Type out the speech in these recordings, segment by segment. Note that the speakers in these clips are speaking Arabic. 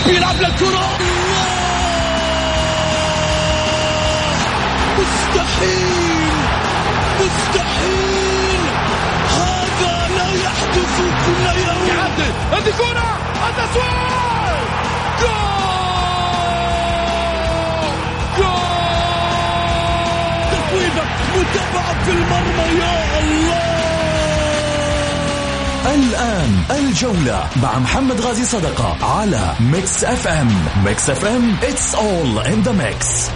بيلعب للكرة، مستحيل مستحيل، هذا لا يحدث كل يوم. يعدل هذه كرة، التسويق، جول جول، تسويبة متابعة في المرمى، يا الله. الآن الجولة مع محمد غازي صدقة على ميكس اف ام. ميكس اف ام it's all in the mix.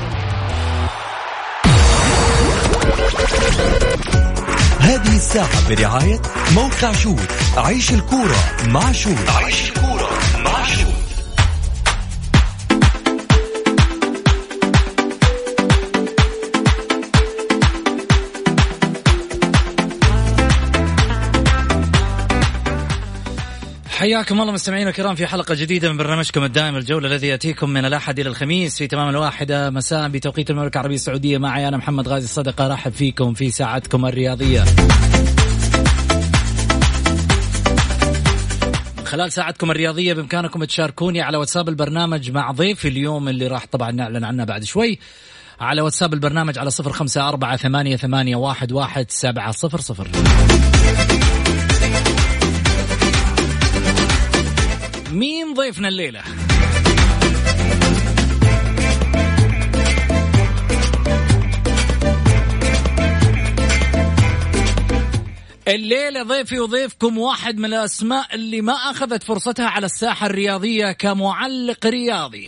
هذه الساعة برعاية موقع شوت. عيش الكورة مع شوت. عيش الكورة مع شوت. حياكم الله مستمعينا الكرام في حلقة جديدة من برنامجكم الدائم الجولة، الذي يأتيكم من الأحد إلى الخميس في تمام 1 مساء بتوقيت المملكة العربية السعودية. معي أنا محمد غازي الصدقة، رحب فيكم في ساعتكم الرياضية. خلال ساعتكم الرياضية بإمكانكم تشاركوني على واتساب البرنامج مع ضيف اليوم اللي راح طبعا نعلن عنه بعد شوي، على واتساب البرنامج على 0548811700. مين ضيفنا الليلة؟ الليلة ضيفي وضيفكم واحد من الأسماء اللي ما أخذت فرصتها على الساحة الرياضية كمعلق رياضي،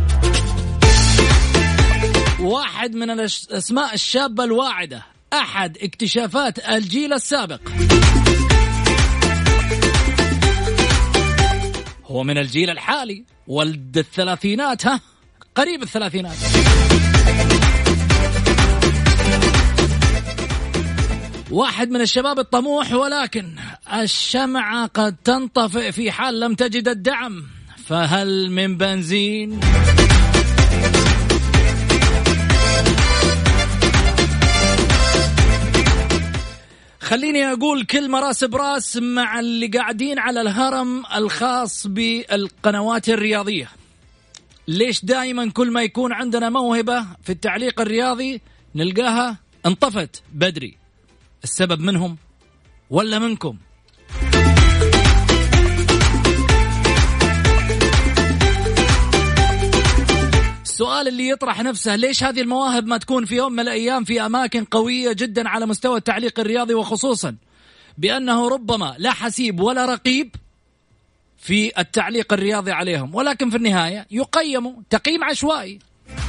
واحد من الأسماء الشابة الواعدة، أحد اكتشافات الجيل السابق. هو من الجيل الحالي، ولد الثلاثينات، قريب الثلاثينات. واحد من الشباب الطموح، ولكن الشمعة قد تنطفئ في حال لم تجد الدعم، فهل من بنزين؟ خليني أقول كلمة راس براس مع اللي قاعدين على الهرم الخاص بالقنوات الرياضية. ليش دائما كل ما يكون عندنا موهبة في التعليق الرياضي نلقاها انطفت بدري؟ السبب منهم ولا منكم؟ السؤال اللي يطرح نفسه، ليش هذه المواهب ما تكون في يوم من الأيام في أماكن قوية جدا على مستوى التعليق الرياضي، وخصوصا بأنه ربما لا حسيب ولا رقيب في التعليق الرياضي عليهم، ولكن في النهاية يقيموا تقييم عشوائي.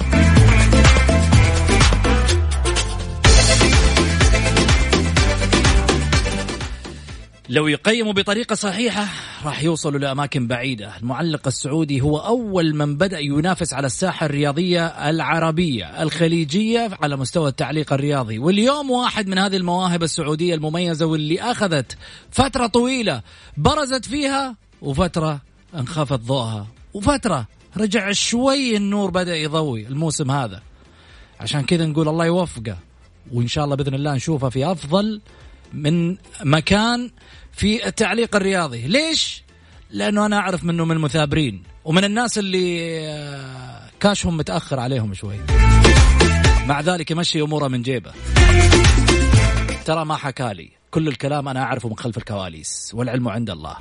لو يقيموا بطريقة صحيحة راح يوصلوا لأماكن بعيدة. المعلق السعودي هو أول من بدأ ينافس على الساحة الرياضية العربية الخليجية على مستوى التعليق الرياضي، واليوم واحد من هذه المواهب السعودية المميزة، واللي أخذت فترة طويلة برزت فيها، وفترة انخفض ضوءها، وفترة رجع شوي النور بدأ يضوي الموسم هذا. عشان كذا نقول الله يوفقه، وإن شاء الله بإذن الله نشوفه في أفضل من مكان في التعليق الرياضي. ليش؟ لأنه أنا أعرف منه من المثابرين ومن الناس اللي كاشهم متأخر عليهم شوي، مع ذلك يمشي أموره من جيبه. ترى ما حكالي كل الكلام، أنا أعرفه من خلف الكواليس، والعلم عند الله.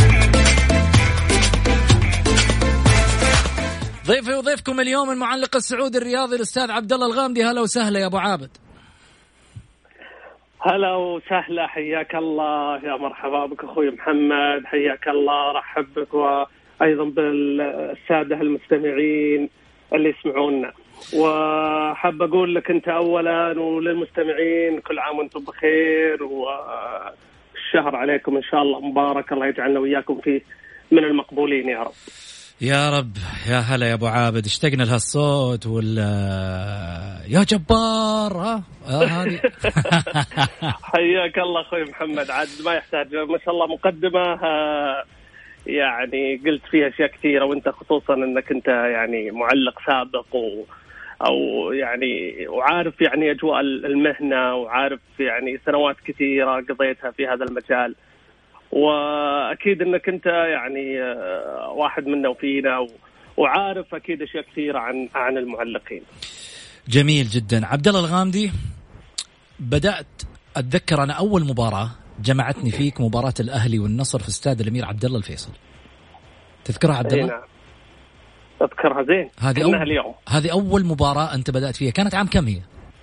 ضيفي وضيفكم اليوم المعلق السعودي الرياضي الأستاذ عبد الله الغامدي. هلا وسهلا يا أبو عابد. هلا وسهلا، حياك الله، يا مرحبا بك أخوي محمد، حياك الله، رحب بك وأيضا بالسادة المستمعين اللي يسمعونا. وحب أقول لك أنت أولا وللمستمعين كل عام وأنتم بخير، والشهر عليكم إن شاء الله مبارك، الله يجعلنا وإياكم فيه من المقبولين يا رب. يا رب. يا هلا يا أبو عابد، اشتقنا لهالصوت يا جبار. هذه حياك الله أخوي محمد، عاد ما يحتاج ما شاء الله مقدمة، يعني قلت فيها أشياء كثيرة، وأنت خصوصا أنك أنت يعني معلق سابق أو يعني وعارف يعني أجواء المهنة، وعارف يعني سنوات كثيرة قضيتها في هذا المجال، وأكيد أنك أنت يعني واحد منا وفينا، وعارف أكيد أشياء كثيرة عن المعلقين. جميل جدا. عبد الله الغامدي، بدأت أتذكر أنا أول مباراة جمعتني فيك مباراة الأهلي والنصر في استاد الأمير عبد الله الفيصل، تذكرها عبد الله؟ نعم أذكرها زين. هذه أول مباراة أنت بدأت فيها، كانت عام كم هي؟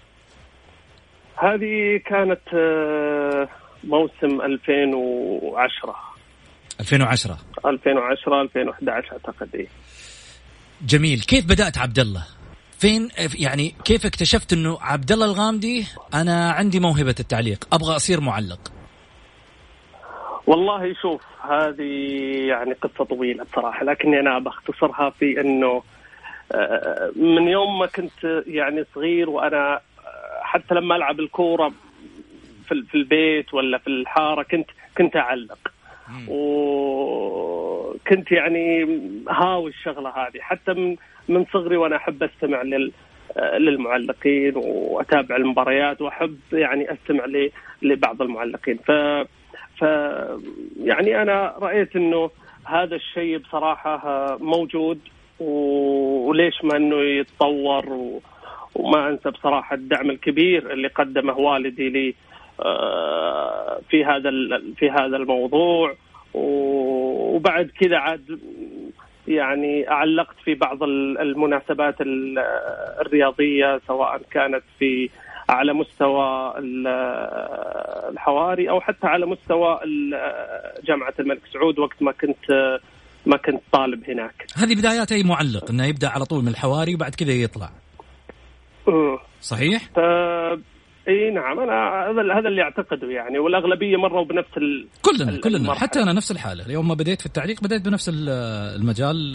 هذه كانت موسم 2010 2011 أعتقد. إيه جميل. كيف بدأت عبد الله؟ فين يعني كيف اكتشفت إنه عبد الله الغامدي أنا عندي موهبة التعليق، أبغى أصير معلق؟ والله شوف، هذه يعني قصة طويلة بصراحة، لكني أنا بختصرها في إنه من يوم ما كنت يعني صغير، وأنا حتى لما ألعب الكورة في البيت ولا في الحارة كنت أعلق، وكنت يعني هاوي الشغلة هذه حتى من صغري، وأنا أحب أستمع للمعلقين وأتابع المباريات، وأحب يعني أستمع لبعض المعلقين. يعني أنا رأيت إنه هذا الشيء بصراحة موجود، وليش ما إنه يتطور. وما أنسى بصراحة الدعم الكبير اللي قدمه والدي لي في هذا الموضوع. وبعد كذا عاد يعني علقت في بعض المناسبات الرياضية، سواء كانت على مستوى الحواري أو حتى على مستوى جامعة الملك سعود وقت ما كنت طالب هناك. هذه بدايات أي معلق، إنه يبدأ على طول من الحواري وبعد كذا يطلع. صحيح؟ اي نعم، انا هذا اللي اعتقده يعني، والاغلبيه مروا بنفس كلنا حتى انا نفس الحاله. يوم ما بديت في التعليق بديت بنفس المجال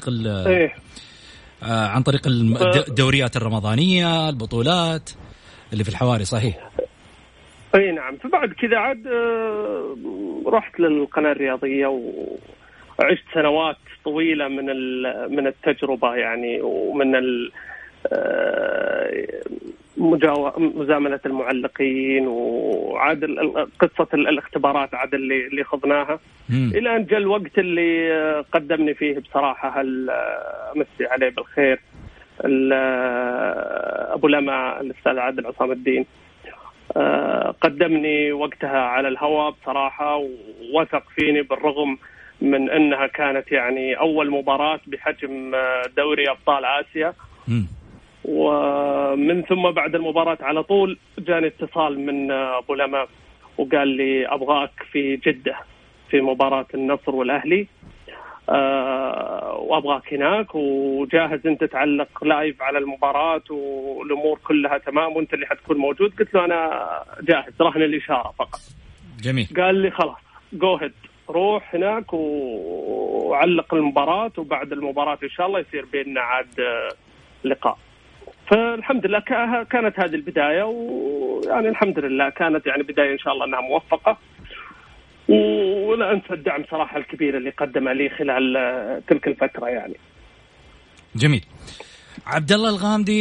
عن طريق الدوريات الرمضانيه، البطولات اللي في الحواري. صحيح. اي نعم. فبعد كذا عاد رحت للقناه الرياضيه، وعشت سنوات طويله من التجربه يعني، ومن مزامنة المعلقين، وعاد قصة الاختبارات عاد اللي خضناها إلى أن جاء الوقت اللي قدمني فيه بصراحة أمسي عليه بالخير أبو لما الأستاذ عادل عصام الدين. قدمني وقتها على الهواء بصراحة، ووثق فيني بالرغم من أنها كانت يعني أول مباراة بحجم دوري أبطال آسيا. ومن ثم بعد المباراة على طول جاني اتصال من أبو لما وقال لي أبغاك في جدة في مباراة النصر والأهلي، وأبغاك هناك وجاهز أنت تعلق لايف على المباراة والأمور كلها تمام وأنت اللي حتكون موجود. قلت له أنا جاهز، رهن الإشارة فقط. جميل. قال لي خلاص جو هيد، روح هناك وعلق المباراة، وبعد المباراة إن شاء الله يصير بيننا عاد لقاء. فالحمد لله كانت هذه البداية، ويعني الحمد لله كانت يعني بداية إن شاء الله أنها موفقة، ولا أنسى الدعم صراحة الكبير اللي قدم لي خلال تلك الفترة يعني. جميل. عبد الله الغامدي،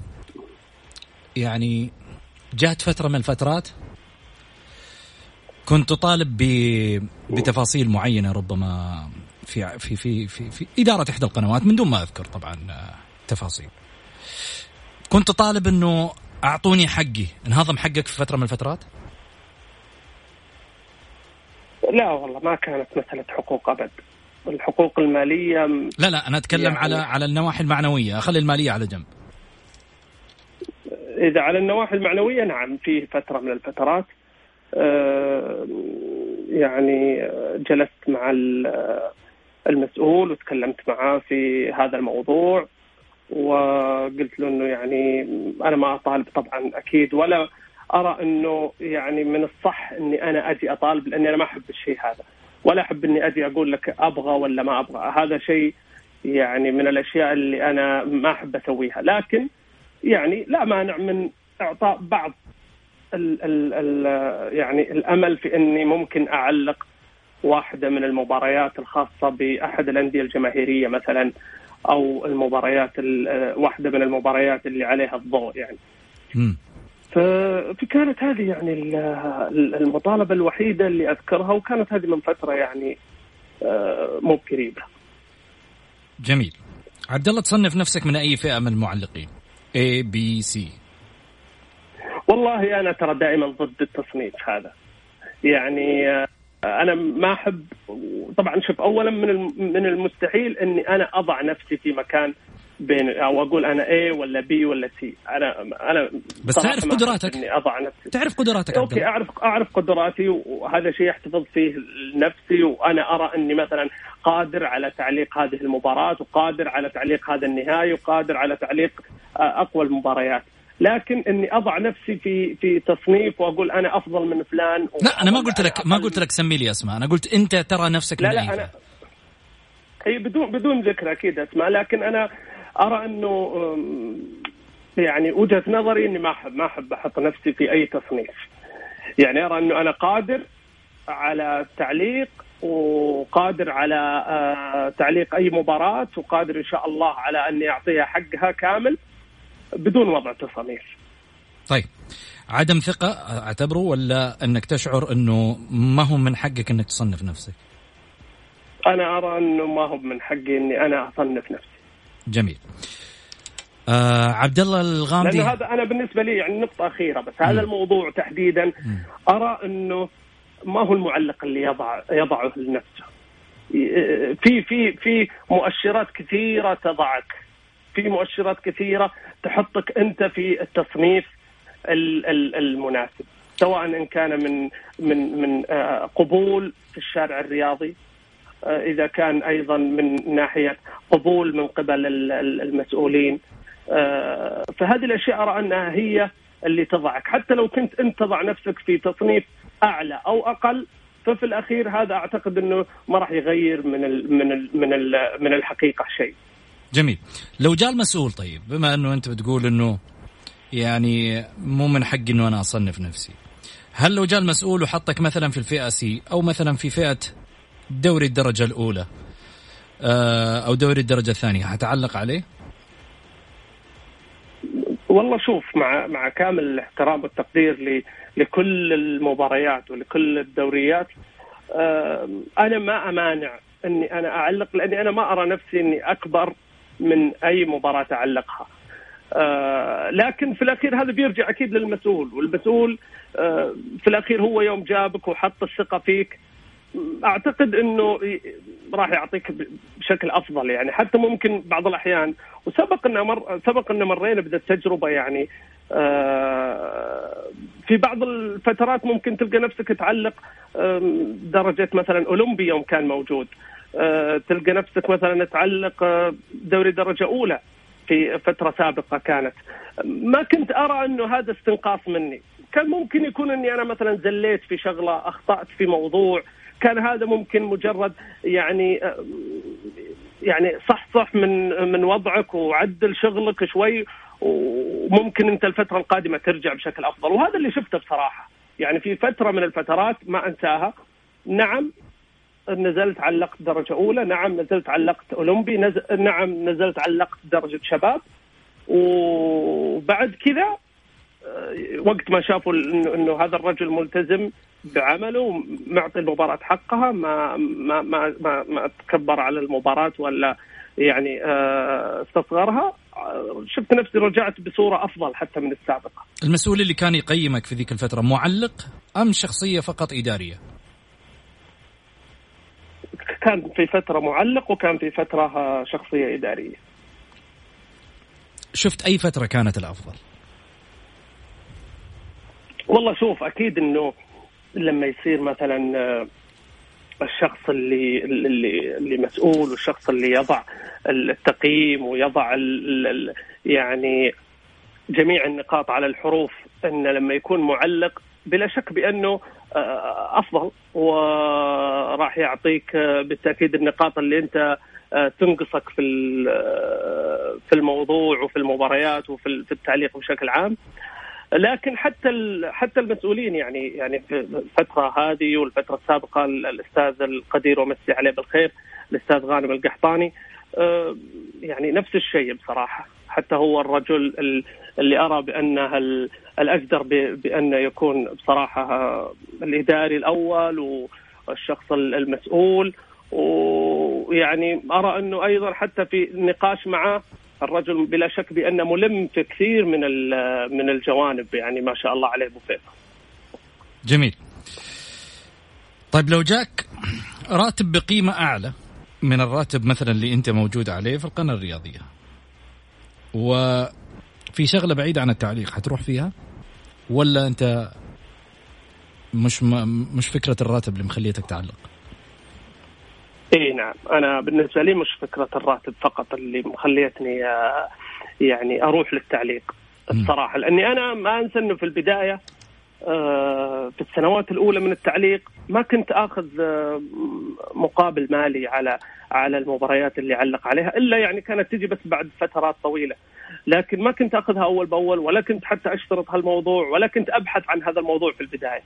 يعني جاءت فترة من الفترات كنت طالب بتفاصيل معينة، ربما في إدارة إحدى القنوات من دون ما أذكر طبعا تفاصيل. كنت طالب إنه أعطوني حقي، انهضم حقك في فترة من الفترات؟ لا والله ما كانت مسألة حقوق أبد. الحقوق المالية لا أنا أتكلم يعني على النواحي المعنوية، أخلي المالية على جنب. إذا على النواحي المعنوية نعم، في فترة من الفترات يعني جلست مع المسؤول وتكلمت معاه في هذا الموضوع، وقلت له إنه يعني أنا ما أطالب طبعا أكيد، ولا أرى إنه يعني من الصح إني أنا أجي أطالب، لأني أنا ما أحب الشيء هذا، ولا أحب إني أجي أقول لك أبغى ولا ما أبغى. هذا شيء يعني من الأشياء اللي أنا ما أحب أسويها، لكن يعني لا مانع من إعطاء بعض يعني الأمل في إني ممكن أعلق واحدة من المباريات الخاصة بأحد الأندية الجماهيرية مثلا، أو المباريات واحدة من المباريات اللي عليها الضوء يعني. فكانت هذه يعني المطالبة الوحيدة اللي أذكرها، وكانت هذه من فترة يعني مو قريبة. جميل. عبد الله تصنف نفسك من أي فئة من المعلقين؟ A B C. والله أنا ترى دائما ضد التصنيف هذا. يعني أنا ما أحب طبعا. شوف، أولا من المستحيل أني أنا أضع نفسي في مكان بين أو أقول أنا A ولا B ولا C. أنا بس تعرف قدراتك، إني أضع نفسي. تعرف قدراتك. أوكي، أعرف قدراتي، وهذا شيء أحتفظ فيه لنفسي. وأنا أرى أني مثلا قادر على تعليق هذه المباراة، وقادر على تعليق هذا النهائي، وقادر على تعليق أقوى المباريات. لكن إني أضع نفسي في تصنيف وأقول أنا أفضل من فلان. لا، أنا ما قلت لك سمي لي أسماء. أنا قلت أنت ترى نفسك من أي فئة. هي بدون ذكر أكيد أسماء، لكن أنا أرى أنه يعني وجهة نظري إني ما أحب أحط نفسي في أي تصنيف. يعني أرى أنه أنا قادر على التعليق، وقادر على تعليق أي مباراة، وقادر إن شاء الله على أني أعطيها حقها كامل بدون وضع تصنيف. طيب، عدم ثقة أعتبره، ولا أنك تشعر أنه ما هو من حقك أنك تصنف نفسك؟ أنا أرى أنه ما هو من حقي أني أنا أصنف نفسي. جميل. عبد الله الغامدي، لأن هذا أنا بالنسبة لي يعني نقطة أخيرة بس. هذا الموضوع تحديدا أرى أنه ما هو المعلق اللي يضعه لنفسه. في مؤشرات كثيرة تضعك، في مؤشرات كثيرة تحطك أنت في التصنيف المناسب، سواء إن كان من قبول في الشارع الرياضي، إذا كان أيضا من ناحية قبول من قبل المسؤولين. فهذه الأشياء أرى أنها هي اللي تضعك. حتى لو كنت أنت تضع نفسك في تصنيف أعلى أو أقل، ففي الأخير هذا أعتقد أنه ما راح يغير من الحقيقة شيء. جميل. لو جاء المسؤول، طيب بما أنه أنت بتقول أنه يعني مو من حقي أنه أنا أصنف نفسي، هل لو جاء المسؤول وحطك مثلا في الفئة C، أو مثلا في فئة دوري الدرجة الأولى أو دوري الدرجة الثانية، هتعلق عليه؟ والله شوف، مع كامل الاحترام والتقدير لكل المباريات ولكل الدوريات، أنا ما أمانع أني أنا أعلق، لأني أنا ما أرى نفسي أني أكبر من أي مباراة أعلقها. لكن في الأخير هذا بيرجع أكيد للمسؤول، والمسؤول في الأخير هو يوم جابك وحط الثقة فيك، أعتقد أنه راح يعطيك بشكل أفضل. يعني حتى ممكن بعض الأحيان، وسبق أن مرينا بذا التجربة، يعني في بعض الفترات ممكن تلقى نفسك تعلق درجة مثلا أولمبي يوم كان موجود، تلقى نفسك مثلا تعلق دوري درجة أولى في فترة سابقة كانت. ما كنت أرى أنه هذا استنقاص مني، كان ممكن يكون أني أنا مثلا زليت في شغلة، أخطأت في موضوع، كان هذا ممكن مجرد يعني صح من وضعك وعدل شغلك شوي، وممكن أنت الفترة القادمة ترجع بشكل أفضل. وهذا اللي شفته بصراحة. يعني في فترة من الفترات ما أنساها، نعم نزلت علقت درجة أولى، نعم نزلت علقت أولمبي، نعم نزلت علقت درجة شباب، وبعد كذا وقت ما شافوا إنه هذا الرجل ملتزم بعمله، معطي المباراة حقها، ما تكبر على المباراة ولا يعني استصغرها، شفت نفسي رجعت بصورة أفضل حتى من السابقة. المسؤول اللي كان يقيمك في ذيك الفترة معلق أم شخصية فقط إدارية؟ كان في فترة معلق، وكان في فترة شخصية إدارية. شفت أي فترة كانت الأفضل؟ والله شوف، أكيد إنه لما يصير مثلا الشخص اللي مسؤول، والشخص اللي يضع التقييم ويضع يعني جميع النقاط على الحروف، إن لما يكون معلق بلا شك بأنه أفضل، وراح يعطيك بالتأكيد النقاط اللي أنت تنقصك في الموضوع وفي المباريات وفي التعليق بشكل عام. لكن حتى المسؤولين، يعني في الفترة هذه والفترة السابقة، الأستاذ القدير ومسي عليه بالخير الأستاذ غانم القحطاني، يعني نفس الشيء بصراحة. حتى هو الرجل اللي أرى بأنه الأقدر بأن يكون بصراحة الإداري الأول والشخص المسؤول، ويعني أرى أنه أيضا حتى في النقاش معه الرجل بلا شك بأنه ملم في كثير من الجوانب، يعني ما شاء الله عليه بوفيق. جميل. طيب لو جاك راتب بقيمة أعلى من الراتب مثلا اللي أنت موجود عليه في القناة الرياضية، وفي شغلة بعيدة عن التعليق، هتروح فيها ولا أنت مش فكرة الراتب اللي مخليتك تعلق؟ اي نعم، انا بالنسبه لي مش فكره الراتب فقط اللي مخليتني يعني اروح للتعليق الصراحه، لاني انا ما انسى انه في البدايه في السنوات الاولى من التعليق ما كنت اخذ مقابل مالي على المباريات اللي علق عليها، الا يعني كانت تجي بس بعد فترات طويله، لكن ما كنت اخذها اول باول، ولا كنت حتى اشترط هالموضوع، ولا كنت ابحث عن هذا الموضوع في البدايه.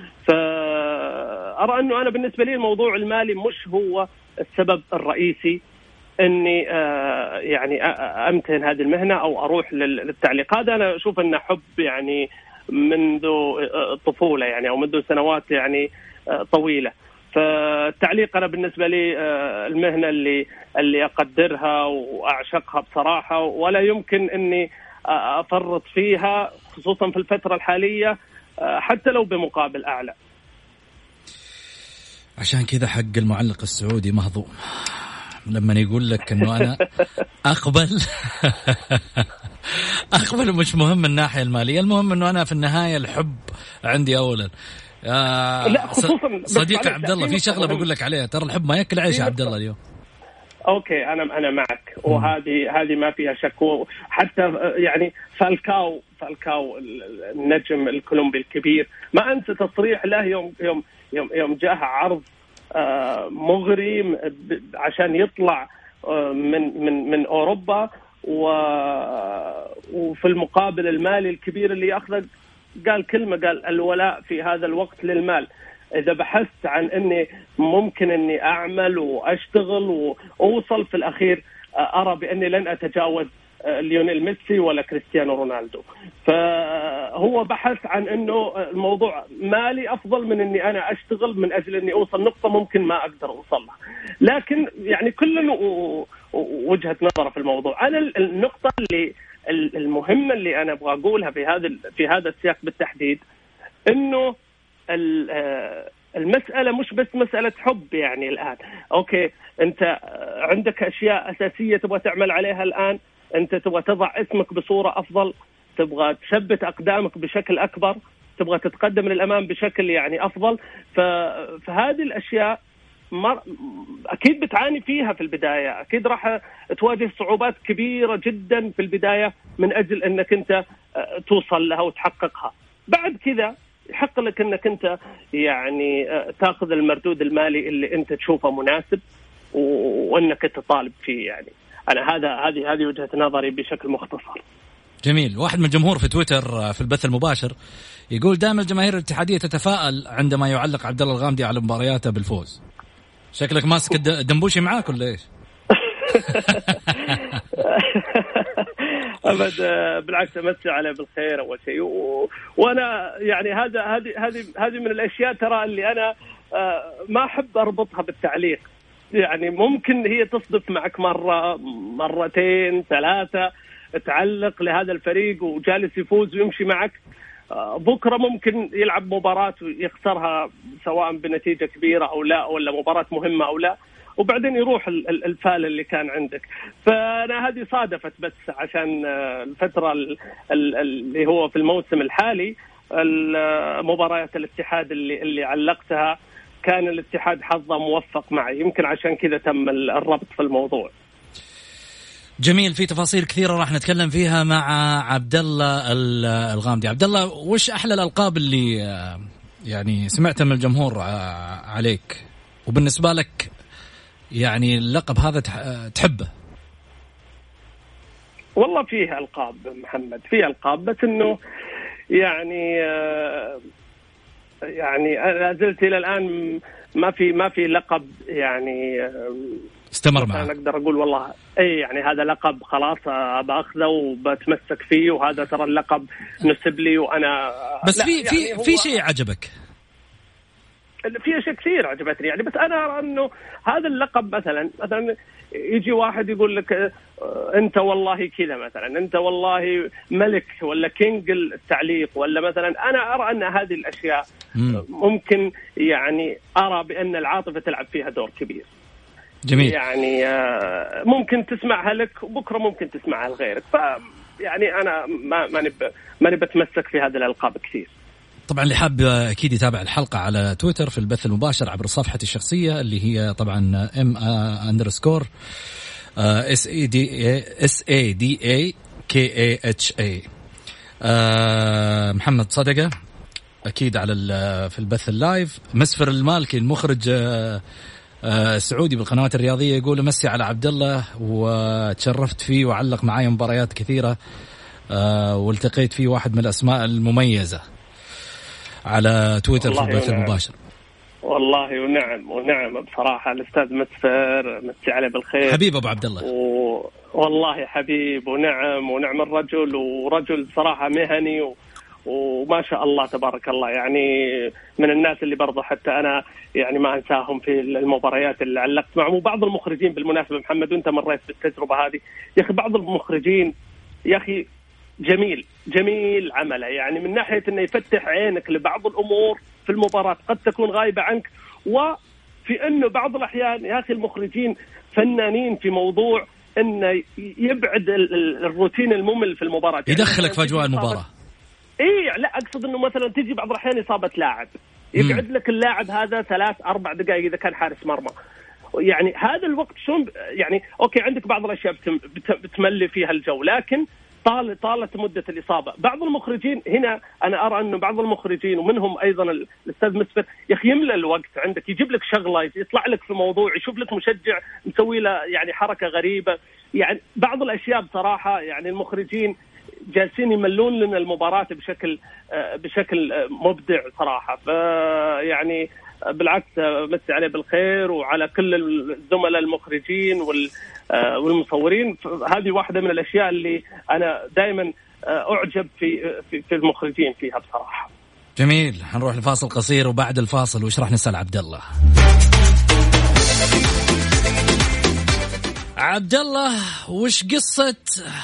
فأرى أنه أنا بالنسبة لي الموضوع المالي مش هو السبب الرئيسي أني يعني أمتهن هذه المهنة أو أروح للتعليق. هذا أنا أشوف أنه حب يعني منذ الطفولة يعني، أو منذ سنوات يعني طويلة. فالتعليق أنا بالنسبة لي المهنة اللي أقدرها وأعشقها بصراحة، ولا يمكن أني أفرط فيها خصوصا في الفترة الحالية حتى لو بمقابل أعلى. عشان كذا حق المعلق السعودي مهضوم لما يقول لك أنه أنا أقبل مش مهم الناحية المالية، المهم أنه أنا في النهاية الحب عندي أولا. لا خصوصا صديقي عبد الله في شغلة بقول لك عليها، ترى الحب ما ياكل عيش يا عبد الله اليوم. اوكي انا معك، وهذه ما فيها شك. وحتى يعني فالكاو النجم الكولومبي الكبير، ما انسى تصريح له يوم جاء عرض مغري عشان يطلع من اوروبا، وفي المقابل المالي الكبير اللي ياخذه قال كلمه، قال الولاء في هذا الوقت للمال. إذا بحثت عن أني ممكن أني أعمل وأشتغل وأوصل، في الأخير أرى بأني لن أتجاوز ليونيل ميسي ولا كريستيانو رونالدو. فهو بحث عن أنه الموضوع مالي أفضل من أني أنا أشتغل من أجل أني أوصل نقطة ممكن ما أقدر أوصلها. لكن يعني كل وجهة نظر في الموضوع. أنا النقطة المهمة اللي أنا أبغى أقولها في هذا السياق بالتحديد، أنه المسألة مش بس مسألة حب. يعني الآن أوكي أنت عندك أشياء أساسية تبغى تعمل عليها الآن، أنت تبغى تضع اسمك بصورة أفضل، تبغى تثبت أقدامك بشكل أكبر، تبغى تتقدم للأمام بشكل يعني أفضل. فهذه الأشياء أكيد بتعاني فيها في البداية، أكيد راح تواجه صعوبات كبيرة جدا في البداية من أجل أنك أنت توصل لها وتحققها. بعد كذا يحق لك أنك أنت يعني تأخذ المردود المالي اللي أنت تشوفه مناسب وأنك تطالب فيه. يعني أنا هذه وجهة نظري بشكل مختصر. جميل. واحد من الجمهور في تويتر في البث المباشر يقول دائما الجماهير الاتحادية تتفائل عندما يعلق عبد الله الغامدي على مبارياته بالفوز. شكلك ماسك الدنبوشي معاك ولا إيش؟ أبد، بالعكس أمسي عليه بالخير أول شيء. وأنا يعني هذه من الأشياء ترى اللي أنا ما أحب أربطها بالتعليق. يعني ممكن هي تصدف معك مرة مرتين ثلاثة تعلق لهذا الفريق وجالس يفوز ويمشي معك، بكرة ممكن يلعب مباراة ويخسرها سواء بنتيجة كبيرة أو لا، ولا مباراة مهمة أو لا، وبعدين يروح الفال اللي كان عندك. فأنا هذه صادفت بس عشان الفترة اللي هو في الموسم الحالي، مباريات الاتحاد اللي علقتها كان الاتحاد حظه موفق معي، يمكن عشان كذا تم الربط في الموضوع. جميل. في تفاصيل كثيرة راح نتكلم فيها مع عبد الله الغامدي. عبد الله، وش أحلى الألقاب اللي يعني سمعتها من الجمهور عليك، وبالنسبة لك يعني اللقب هذا تحبه؟ والله فيه ألقاب محمد، فيه ألقاب، بس إنه يعني لا زلت إلى الآن ما في لقب يعني استمر معه. أنا أقدر أقول والله يعني هذا لقب خلاص بأخذه وبتمسك فيه، وهذا ترى اللقب نسب لي وأنا. بس في شيء عجبك؟ في أشياء كثير عجبتني يعني. بس أنا أرى أنه هذا اللقب مثلا يجي واحد يقول لك أنت والله كذا مثلا، أنت والله ملك ولا كينج التعليق، ولا مثلا أنا أرى أن هذه الأشياء ممكن يعني أرى بأن العاطفة تلعب فيها دور كبير. جميل. يعني ممكن تسمعها لك وبكرة ممكن تسمعها لغيرك، يعني أنا ماني بتمسك في هذه الألقاب كثير. طبعا اللي حاب أكيد يتابع الحلقة على تويتر في البث المباشر عبر صفحتي الشخصية اللي هي طبعا SADAKAHA محمد صدقة أكيد على في البث اللايف. مسفر المالكي المخرج السعودي بالقنوات الرياضية يقول مسي على عبد الله وتشرفت فيه وعلق معايا مباريات كثيرة والتقيت فيه، واحد من الأسماء المميزة على تويتر في البث المباشر. والله ونعم بصراحة الأستاذ مسي عليه بالخير، حبيب أبو عبد الله والله حبيب ونعم الرجل، ورجل صراحة مهني وما شاء الله تبارك الله، يعني من الناس اللي برضه حتى أنا يعني ما أنساهم في المباريات اللي علقت معهم. وبعض المخرجين بالمناسبة محمد وأنت مريت بالتجربة هذه يا أخي، بعض المخرجين يا أخي جميل عمله، يعني من ناحية أنه يفتح عينك لبعض الأمور في المباراة قد تكون غايبة عنك، وفي أنه بعض الأحيان يا أخي المخرجين فنانين في موضوع أنه يبعد الروتين الممل في المباراة، يدخلك في أجواء المباراة. إيه لا أقصد أنه مثلا تيجي بعض الأحيان إصابة لاعب يقعد لك اللاعب هذا 3-4 دقائق إذا كان حارس مرمى، يعني هذا الوقت شلون يعني أوكي عندك بعض الأشياء بتملي فيها الجو، لكن طالت مدة الإصابة. بعض المخرجين هنا أنا أرى أنه بعض المخرجين ومنهم أيضا الأستاذ مسفر يا أخي يملى الوقت عندك، يجيب لك شغلة، يطلع لك في موضوع، يشوف لك مشجع مسوي له يعني حركة غريبة، يعني بعض الأشياء بصراحة يعني المخرجين جالسين يملون لنا المباراة بشكل مبدع صراحة. يعني بالعكس مسي عليه بالخير وعلى كل الزملاء المخرجين والمصورين. هذه واحدة من الأشياء اللي أنا دائما أعجب في المخرجين فيها بصراحة. جميل. هنروح لفاصل قصير وبعد الفاصل وش راح نسأل عبد الله. عبد الله وش قصة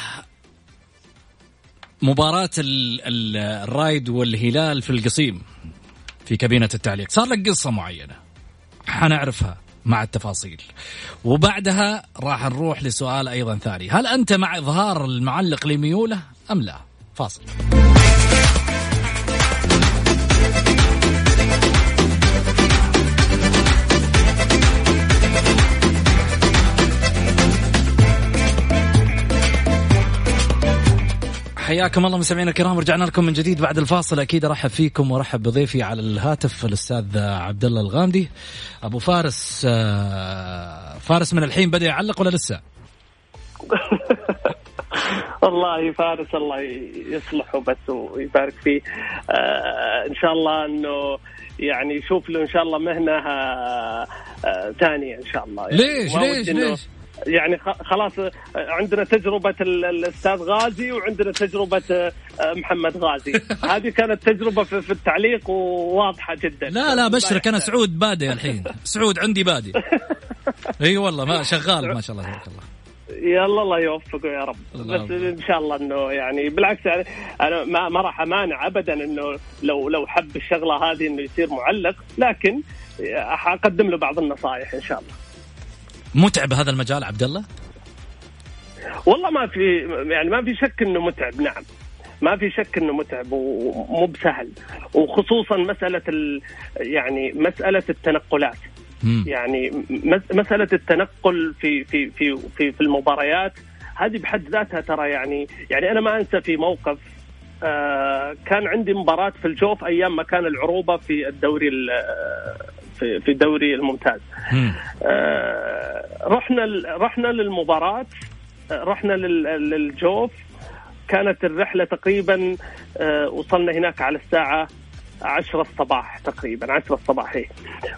مباراة الرايد والهلال في القصيم في كابينة التعليق؟ صار لك قصة معينة حنعرفها مع التفاصيل، وبعدها راح نروح لسؤال أيضا ثاني، هل أنت مع إظهار المعلق لميوله أم لا؟ فاصل. حياكم الله مستمعينا الكرام، رجعنا لكم من جديد بعد الفاصل. أكيد أرحب فيكم وأرحب بضيفي على الهاتف الأستاذ عبد الله الغامدي أبو فارس. فارس من الحين بدأ يعلق ولا لسه؟ والله فارس الله يصلحه بس ويبارك فيه، إن شاء الله إنه يعني يشوف له إن شاء الله مهنة ثانية إن شاء الله. ليش؟ يعني خلاص عندنا تجربة الأستاذ غازي وعندنا تجربة محمد غازي، هذه كانت تجربة في التعليق وواضحة جدا. لا بشرك أنا سعود بادئ الحين، سعود عندي بادئ. أي والله ما شغال ما شاء الله تبارك الله. يلا الله يوفقه يا رب. بس إن شاء الله إنه يعني بالعكس يعني أنا ما راح أمانع أبدا إنه لو حب الشغلة هذه إنه يصير معلق، لكن أقدم له بعض النصائح إن شاء الله. متعب هذا المجال عبد الله؟ والله ما في شك انه متعب، نعم ما في شك انه متعب ومو بسهل، وخصوصا يعني مسألة التنقلات. يعني مسألة التنقل في المباريات هذه بحد ذاتها ترى يعني أنا ما أنسى في موقف كان عندي مباراة في الجوف أيام ما كان العروبة في الدوري الممتاز. رحنا للمباراة، رحنا للجوف، كانت الرحلة تقريبا وصلنا هناك على الساعة 10 الصباح تقريبا 10 الصباح هي.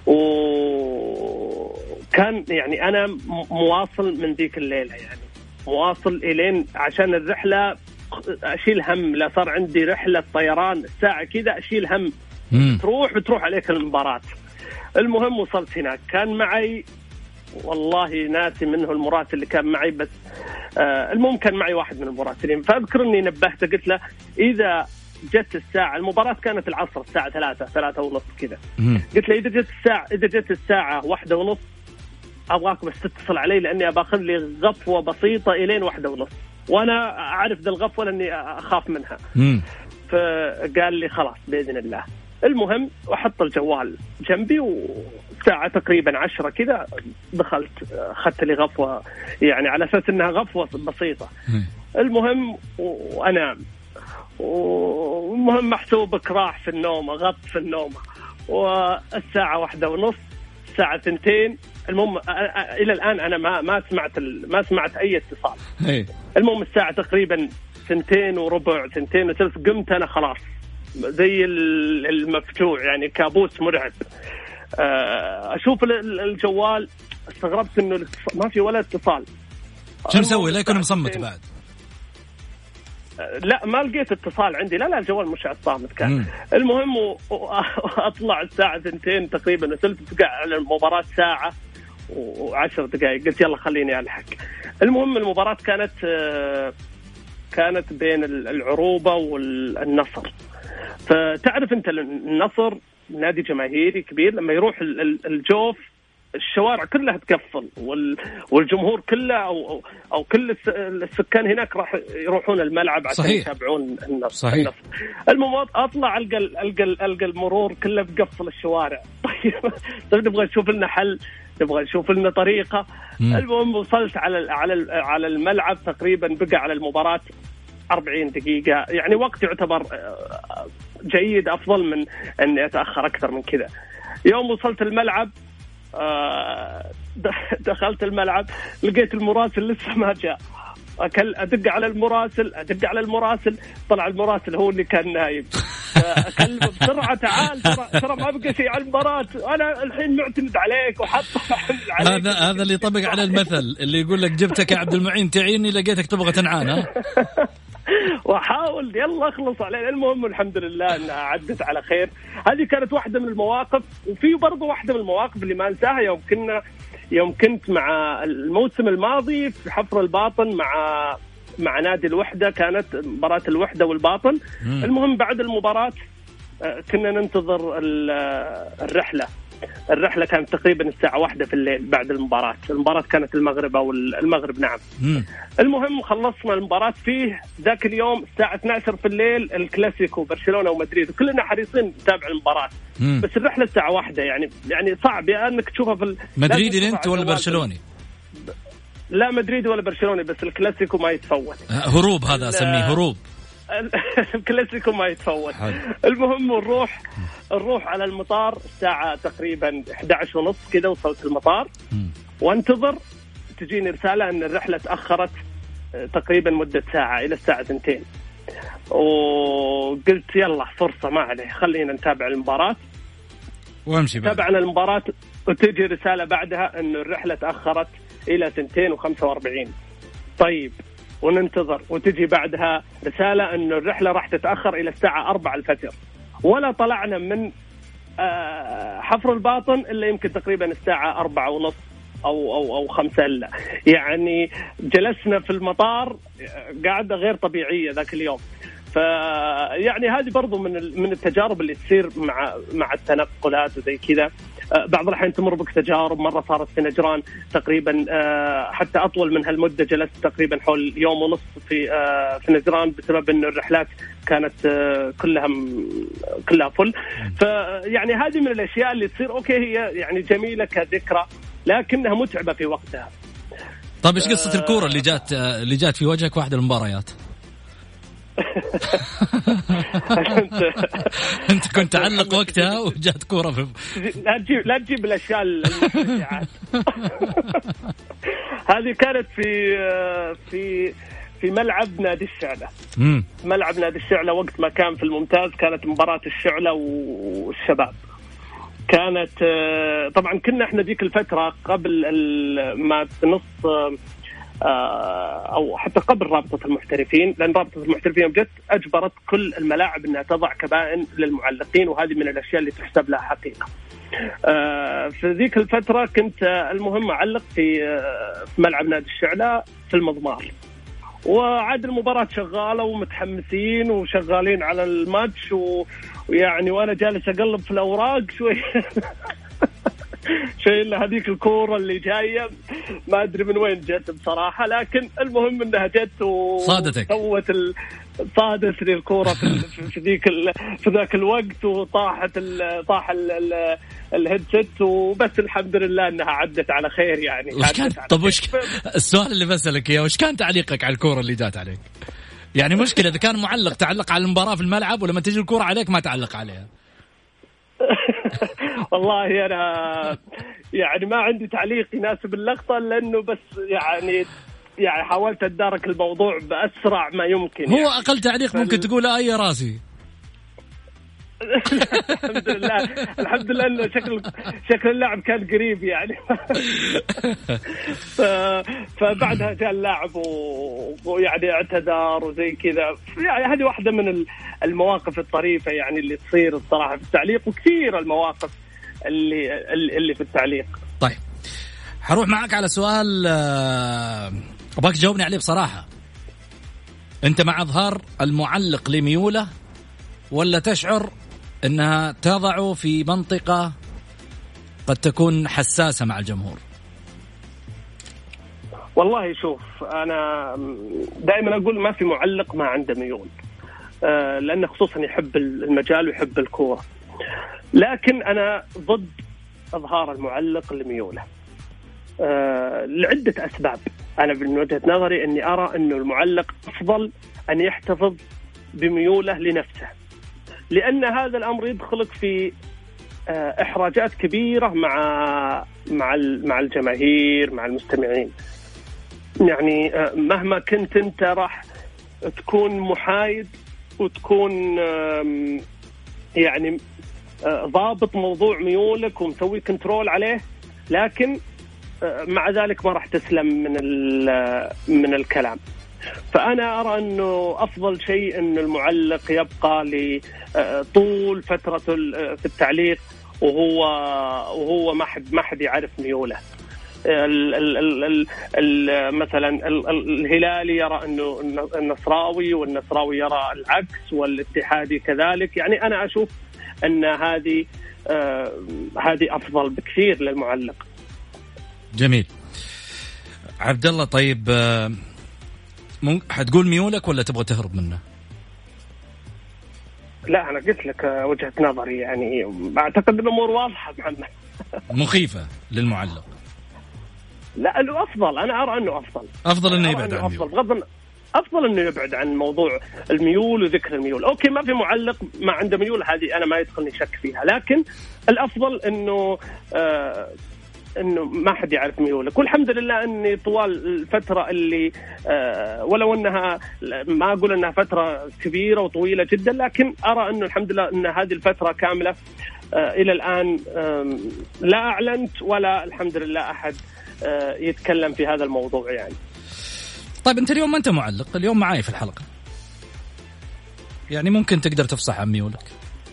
وكان يعني أنا مواصل من ذيك الليلة، يعني مواصل إلين عشان الرحلة أشيل هم، لا صار عندي رحلة طيران الساعة كذا أشيل هم. بتروح عليك المباراة. المهم وصلت هناك، كان معي والله ناسي منه المراسل اللي كان معي، بس المهم كان معي واحد من المراسلين، فأذكر أني نبهته قلت له إذا جت الساعة، المباراة كانت العصر الساعة 3:30 كذا، قلت له إذا جت الساعة 1:30 أبغاك بس تتصل علي، لأني أباخذ لي غفوة بسيطة إلين 1:30، وأنا أعرف ذا الغفوة لأني أخاف منها. فقال لي خلاص بإذن الله. المهم وحط الجوال جنبي، وساعة تقريبا 10 كذا دخلت أخذت لي غفوة، يعني على أساس أنها غفوة بسيطة. المهم وأنام، ومهم محسوبك راح في النوم، غط في النوم، والساعة 1:30 الساعة 2. المهم إلى الآن أنا ما سمعت أي اتصال. المهم الساعة تقريبا 2:15 2:30 قمت أنا خلاص زي المفجوع، يعني كابوس مرعب. أشوف الجوال، استغربت إنه ما في ولا اتصال. شو مسوي؟ لا يكون مصمت بعد؟ لا ما لقيت اتصال عندي، لا الجوال مش صامت كان. المهم أطلع الساعة 2 تقريبا، وصلت بقى على المباراة ساعة و10 دقائق، قلت يلا خليني ألحق. المهم المباراة كانت بين العروبة والنصر. فتعرف أنت النصر نادي جماهيري كبير، لما يروح الجوف الشوارع كلها تقفل، والجمهور كله أو كل السكان هناك راح يروحون الملعب عشان يتابعون النصر. المهم أطلع ألقى المرور كله بقفل الشوارع. طيب نبغى نشوف لنا حل، نبغى نشوف لنا طريقة. المهم وصلت على الملعب تقريبا بقى على المباراة 40 دقيقة، يعني وقت يعتبر جيد، أفضل من أني أتأخر أكثر من كذا. يوم وصلت الملعب دخلت الملعب لقيت المراسل لسه ما جاء. أدق على المراسل، طلع المراسل هو اللي كان نايم. أكلمه بسرعة تعال ترى ما بقى شيء على المباراة، أنا الحين معتمد عليك وحط عليك. هذا اللي يطبق على المثل اللي يقول لك جبتك يا عبد المعين تعيني لقيتك تبغى تنعان. وحاول يلا اخلص عليه. المهم الحمد لله انها عدت على خير. هذه كانت واحدة من المواقف. وفي برضو واحدة من المواقف اللي ما انساها يوم كنت مع الموسم الماضي في حفر الباطن مع نادي الوحدة، كانت مباراة الوحدة والباطن. المهم بعد المباراة كنا ننتظر الرحلة كانت تقريبا الساعة 1 في الليل بعد المباراة كانت المغرب نعم. المهم خلصنا المباراة فيه ذاك اليوم الساعة 12 في الليل الكلاسيكو برشلونة ومدريد، وكلنا حريصين نتابع المباراة. بس الرحلة الساعة 1 يعني صعب انك تشوفها في مدريدي انت ولا برشلوني؟ لا مدريدي ولا برشلوني، بس الكلاسيكو ما يتفوت. هروب، هذا اسميه هروب. الكلاسيكو ما يتفوت. المهم نروح على المطار الساعة تقريبا 11:30 كده. وصلت المطار وانتظر تجيني رسالة أن الرحلة تأخرت تقريبا مدة ساعة إلى الساعة 2. وقلت يلا فرصة ما عليه، خلينا نتابع المباراة وامشي. تابعنا المباراة وتجي رسالة بعدها أن الرحلة تأخرت إلى 2:45. طيب وننتظر وتجي بعدها رسالة أن الرحلة راح تتأخر إلى الساعة 4 الفجر. ولا طلعنا من حفر الباطن إلا يمكن تقريبا الساعة 4:30 أو 5 إلا. يعني جلسنا في المطار قاعدة غير طبيعية ذاك اليوم. فيعني هذه برضو من التجارب اللي تصير مع التنقلات وزي كذا. بعض الأحيان تمر بك تجارب. مرة صارت في نجران تقريبا حتى أطول من هالمدة، جلست تقريبا حول 1.5 يوم في نجران بسبب أن الرحلات كانت كلها فل. فيعني هذه من الأشياء اللي تصير أوكي، هي يعني جميلة كذكرى لكنها متعبة في وقتها. طيب إيش قصة الكورة اللي جات في وجهك واحدة المباريات؟ انت كنت تعلق وقتها وجات كورة في لا تجيب الاشياء المشجعات. هذه كانت في ملعب نادي الشعلة. ملعب نادي الشعلة وقت ما كان في الممتاز، كانت مباراة الشعلة والشباب. كانت طبعا كنا احنا ذيك الفترة قبل ما نص أو حتى قبل رابطة المحترفين، لأن رابطة المحترفين جت أجبرت كل الملاعب أنها تضع كبائن للمعلقين، وهذه من الأشياء اللي تحسب لها حقيقة. في ذيك الفترة كنت المهم أعلق في ملعب نادي الشعلاء في المضمار، وعاد المباراة شغالة ومتحمسين وشغالين على الماتش ويعني وأنا جالس أقلب في الأوراق شوي شيء إلا هذيك الكورة اللي جاية ما أدري من وين جت بصراحة، لكن المهم إنها جت صادتك، صادتني الكورة في ذاك الوقت، وطاح الهيدسيت، وبس الحمد لله إنها عدت على خير يعني. طب السؤال اللي بسألك إياه، وش كان تعليقك على الكورة اللي جات عليك؟ يعني مشكلة إذا كان معلق تعلق على المباراة في الملعب، ولما تجي الكورة عليك ما تعلق عليها. والله أنا يعني ما عندي تعليق يناسب اللقطة، لأنه بس يعني حاولت أتدارك الموضوع بأسرع ما يمكن. هو يعني أقل تعليق ممكن تقول أي راسي. الحمد لله إنه شكل اللعب كان قريب يعني. فبعدها جاء اللاعب ويعني اعتذر وزي كذا. يعني هذه واحدة من المواقف الطريفة يعني اللي تصير الصراحة في التعليق، وكثير المواقف اللي في التعليق. طيب حروح معك على سؤال أبغاك تجاوبني عليه بصراحة. أنت مع إظهار المعلق لميوله، ولا تشعر أنها تضع في منطقة قد تكون حساسة مع الجمهور؟ والله شوف، أنا دائما أقول ما في معلق ما عنده ميول، لأنه خصوصا يحب المجال ويحب الكورة، لكن أنا ضد إظهار المعلق لميوله لعدة أسباب. أنا من وجهة نظري أني أرى أن المعلق أفضل أن يحتفظ بميوله لنفسه، لأن هذا الأمر يدخلك في إحراجات كبيرة مع الجماهير، مع المستمعين. يعني مهما كنت أنت راح تكون محايد وتكون يعني ضابط موضوع ميولك ومسوي كنترول عليه، لكن مع ذلك ما راح تسلم من الكلام. فأنا أرى أنه أفضل شيء أن المعلق يبقى لطول فترة في التعليق وهو ما حد يعرف ميوله. مثلا الهلالي يرى أنه النصراوي، والنصراوي يرى العكس، والاتحادي كذلك. يعني أنا أشوف أن هذه أفضل بكثير للمعلق. جميل. عبد الله، طيب حتقول ميولك ولا تبغى تهرب منه؟ لا أنا قلت لك وجهة نظري، يعني أعتقد الأمور واضحة محمد. مخيفة للمعلق؟ لا أنه أفضل، أنا أرى أنه أفضل أنه يبعد عن الميول. أفضل أنه يبعد عن موضوع الميول وذكر الميول. أوكي ما في معلق ما عنده ميول، هذه أنا ما يدخلني شك فيها، لكن الأفضل إنه ما حد يعرف ميولك. والحمد لله أني طوال الفترة اللي ولو أنها ما أقول أنها فترة كبيرة وطويلة جدا، لكن أرى أنه الحمد لله أن هذه الفترة كاملة إلى الآن لا أعلنت ولا الحمد لله أحد يتكلم في هذا الموضوع يعني. طيب أنت اليوم ما أنت معلق، اليوم معاي في الحلقة، يعني ممكن تقدر تفصح عن ميولك،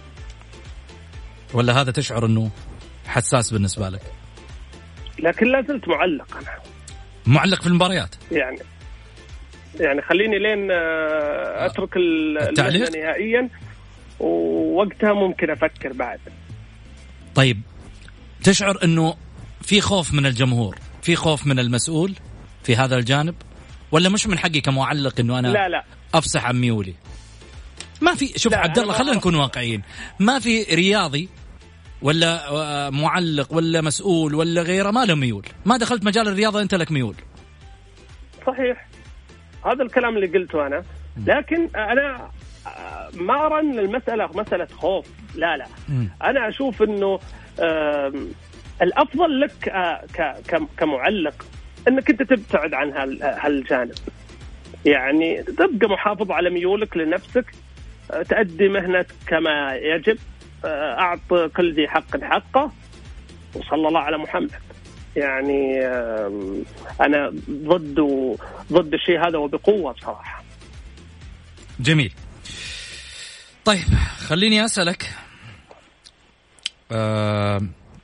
ولا هذا تشعر أنه حساس بالنسبة لك؟ لكن لا زلت معلق. أنا معلق في المباريات يعني خليني لين أترك التعليق نهائيا، ووقتها ممكن أفكر بعد. طيب تشعر أنه في خوف من الجمهور، في خوف من المسؤول في هذا الجانب، ولا مش من حقي كمعلق أنه أنا لا أفصح عن ميولي؟ ما في. شوف عبد الله، خلينا نكون واقعيين، ما في رياضي ولا معلق ولا مسؤول ولا غيره ما له ميول. ما دخلت مجال الرياضة أنت لك ميول. صحيح، هذا الكلام اللي قلته أنا، لكن أنا ما أرى أن المسألة مسألة خوف. لا أنا أشوف أنه الأفضل لك كمعلق أنك أنت تبتعد عن هالجانب، يعني تبقى محافظ على ميولك لنفسك، تأدي مهنتك كما يجب، أعط كل ذي حق حقه، وصلى الله على محمد. يعني أنا ضد الشيء هذا وبقوة بصراحة. جميل. طيب خليني أسألك،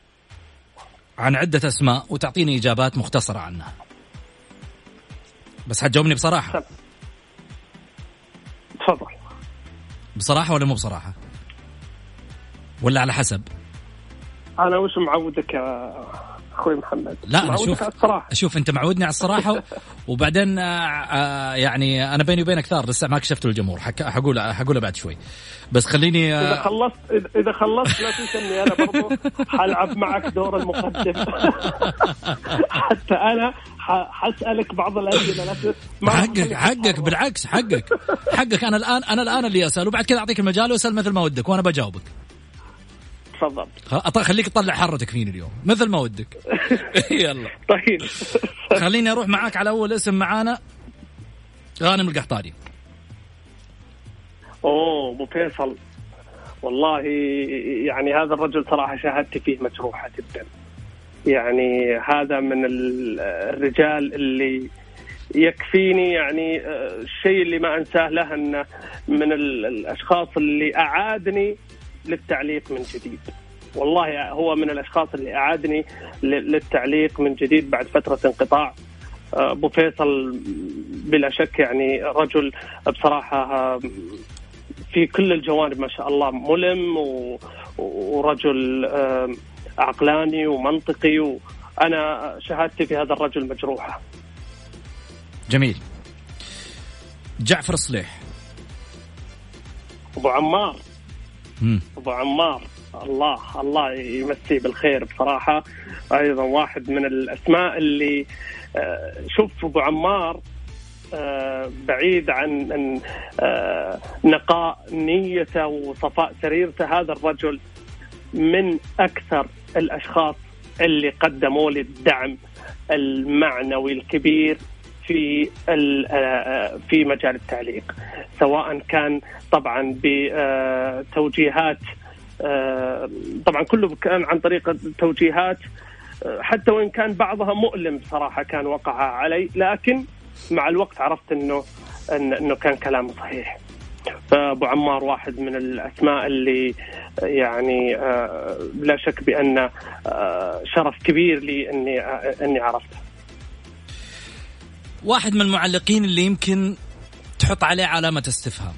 عن عدة أسماء وتعطيني إجابات مختصرة عنها، بس حتجاوبني بصراحة. تفضل. بصراحة ولا مو بصراحة ولا على حسب؟ أنا وش معودك يا أخوي محمد؟ لا أنا أشوف أنت معودني على الصراحة وبعدين يعني أنا بيني وبينك ثار لسه ما كشفت للجمهور، حقوله بعد شوي، بس خليني إذا خلصت لا تنسني، أنا برضو حلعب معك دور المقدم. حتى أنا حسألك بعض الأسئلة. حقك بالعكس، حقك أنا الآن اللي أسأل، وبعد كذا أعطيك المجال وأسأل مثل ما ودك وأنا بجاوبك. تفضل. خليك تطلع حرتك فيني اليوم مثل ما ودك. يلا طيب خليني أروح معاك على أول اسم معانا، غانم القحطاني. أبو فيصل، والله يعني هذا الرجل صراحة شهادتي فيه مجروحة جدا. يعني هذا من الرجال اللي يكفيني، يعني الشيء اللي ما أنساه له أنه من الأشخاص اللي أعادني للتعليق من جديد. والله هو من الأشخاص اللي أعادني للتعليق من جديد بعد فترة انقطاع. أبو فيصل بلا شك يعني رجل بصراحة في كل الجوانب ما شاء الله ملم، ورجل عقلاني ومنطقي، وأنا شهادتي في هذا الرجل مجروحة. جميل. جعفر الصليح. أبو عمار. أبو عمار، الله يمسيه بالخير بصراحة، أيضا واحد من الأسماء اللي شوف أبو عمار بعيد عن نقاء نيته وصفاء سريرته، هذا الرجل من أكثر الأشخاص اللي قدموا لي الدعم المعنوي الكبير في مجال التعليق، سواء كان طبعا بتوجيهات، طبعا كله كان عن طريق التوجيهات، حتى وإن كان بعضها مؤلم بصراحة كان وقع علي، لكن مع الوقت عرفت إنه كان كلامه صحيح. فأبو عمار واحد من الأسماء اللي يعني لا شك بأن شرف كبير لي إني عرفته. واحد من المعلقين اللي يمكن تحط عليه علامة استفهام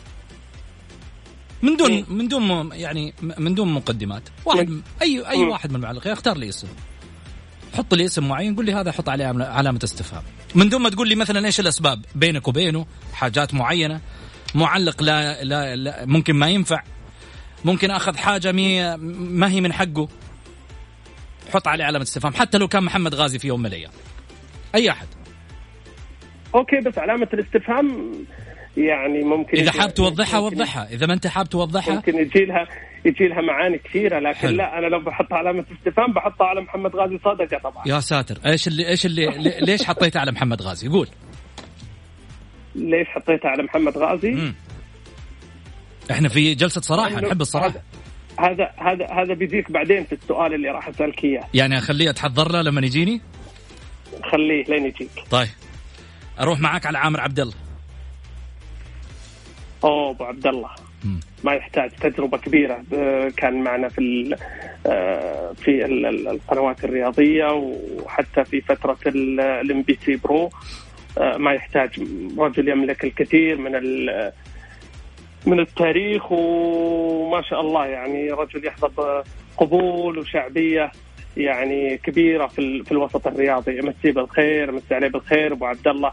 من دون مقدمات. واحد أي واحد من المعلقين اختار لي اسم، حط لي اسم معين، قول لي هذا حط عليه علامة استفهام، من دون ما تقول لي مثلا ايش الأسباب بينك وبينه، حاجات معينة. معلق لا ممكن ما ينفع، ممكن أخذ حاجة ما هي من حقه، حط عليه علامة استفهام، حتى لو كان محمد غازي في يوم من الأيام، أي أحد. أوكي، بس علامة الاستفهام يعني ممكن إذا حاب توضحها وضحها، إذا ما أنت حاب توضحها ممكن يجي لها معاني كثيرة، لكن حلو. لا أنا لو بحط علامة استفهام بحطها على محمد غازي صادقة طبعا. يا ساتر، إيش اللي ليش حطيتها على محمد غازي؟ يقول ليش حطيتها على محمد غازي؟ إحنا في جلسة صراحة، نحب الصراحة. هذا بيجيك بعدين في السؤال اللي راح أسألك إياه. يعني أخليه أتحضر له لما يجيني؟ خليه لين يجيك. طيب أروح معاك على عامر عبد الله. أبو عبد الله ما يحتاج، تجربة كبيرة كان معنا في القنوات الرياضية، وحتى في فترة الMBC برو. ما يحتاج، رجل يملك الكثير من التاريخ، وما شاء الله يعني رجل يحظى بقبول وشعبية يعني كبيرة في الوسط الرياضي. مسي بالخير، مسي عليه بالخير أبو عبد الله.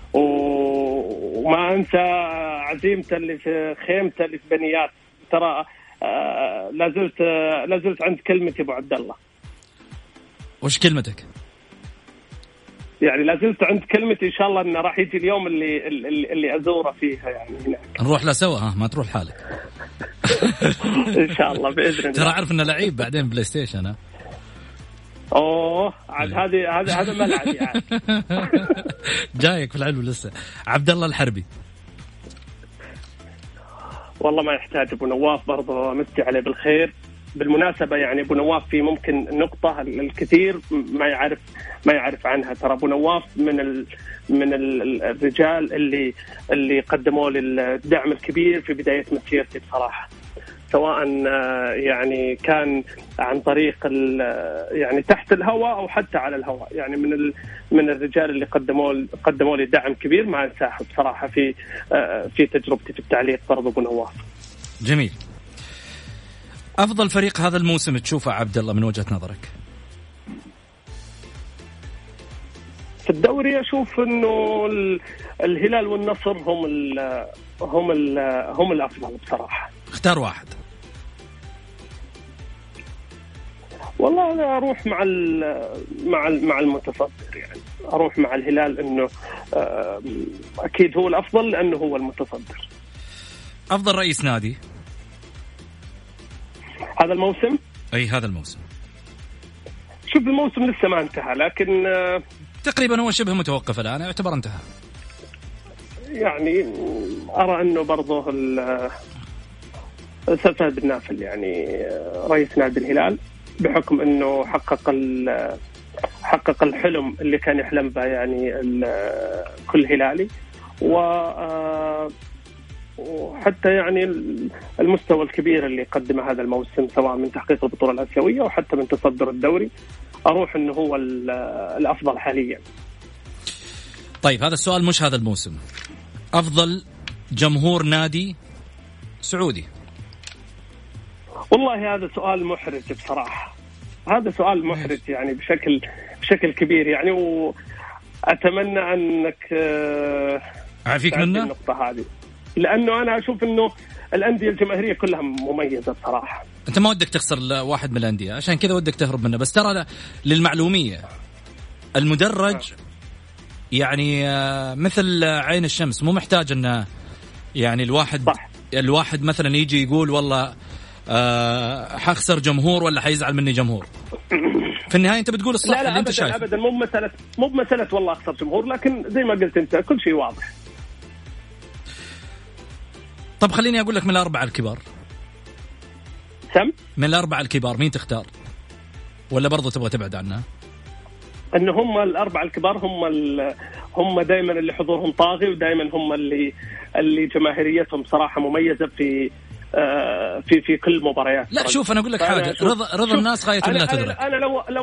وما أنسى عزيمته اللي في خيمته اللي في بنيات. ترى لازلت عند كلمتي أبو عبد الله. وش كلمتك؟ يعني لازلت عند كلمتي، إن شاء الله إنه راح يجي اليوم اللي أزوره فيها يعني هناك. نروح لسوا، ما تروح حالك. إن شاء الله بإذن الله. ترى أعرف إنه لعيب بعدين بلاي ستيشن. عاد هذا ملعبي عاد. جايك في العلم لسه. عبد الله الحربي. والله ما يحتاج. أبو نواف برضه مسي عليه بالخير. بالمناسبة يعني أبو نواف في ممكن نقطة الكثير ما يعرف عنها. ترى أبو نواف من الرجال اللي قدموا للدعم الكبير في بداية مسيرتي بصراحة. سواء يعني كان عن طريق يعني تحت الهواء أو حتى على الهواء. يعني من الرجال اللي قدموا لي دعم كبير مع الساحة بصراحة في تجربتي في التعليق برضو أبو نواف. جميل. أفضل فريق هذا الموسم تشوفه عبد الله من وجهة نظرك؟ في الدوري أشوف إنه الهلال والنصر هم الأفضل بصراحة. اختار واحد. والله أنا أروح مع المتصدر، يعني أروح مع الهلال، إنه أكيد هو الأفضل لأنه هو المتصدر. أفضل رئيس نادي هذا الموسم؟ أي هذا الموسم. شوف الموسم لسه ما انتهى، لكن تقريبا هو شبه متوقف الآن، يعتبر انتهى. يعني أرى أنه برضه فهد بن نافل يعني رئيس نادي الهلال، بحكم أنه حقق الحلم اللي كان يحلم به يعني كل هلالي، وحتى يعني المستوى الكبير اللي قدمه هذا الموسم، سواء من تحقيق البطولة الآسيوية وحتى من تصدر الدوري، أروح أنه هو الأفضل حاليا. طيب هذا السؤال مش هذا الموسم، أفضل جمهور نادي سعودي. والله هذا سؤال محرج بصراحة، هذا سؤال محرج يعني بشكل كبير يعني، وأتمنى أنك عافيك منه النقطة هذه، لأنه أنا أشوف أنه الأندية الجماهيرية كلها مميزة بصراحة. أنت ما ودك تخسر واحد من الأندية عشان كذا ودك تهرب منه، بس ترى للمعلومية المدرج يعني مثل عين الشمس، مو محتاج أن يعني الواحد مثلا يجي يقول والله حخسر جمهور ولا حيزعل مني جمهور. في النهاية أنت بتقول الصح اللي أنت شايفه. أبدا مو بمسألة والله أخسر جمهور، لكن زي ما قلت أنت كل شيء واضح. طب خليني أقول لك من الأربعة الكبار، من الأربعة الكبار مين تختار؟ ولا برضو تبغى تبعد عنها؟ أن هم الأربعة الكبار هم دائما اللي حضورهم طاغي، ودائما هم اللي جماهيريتهم صراحة مميزة في كل مباريات. لا شوف أنا أقول لك حاجة، رضا الناس غاية لا تدرك. أنا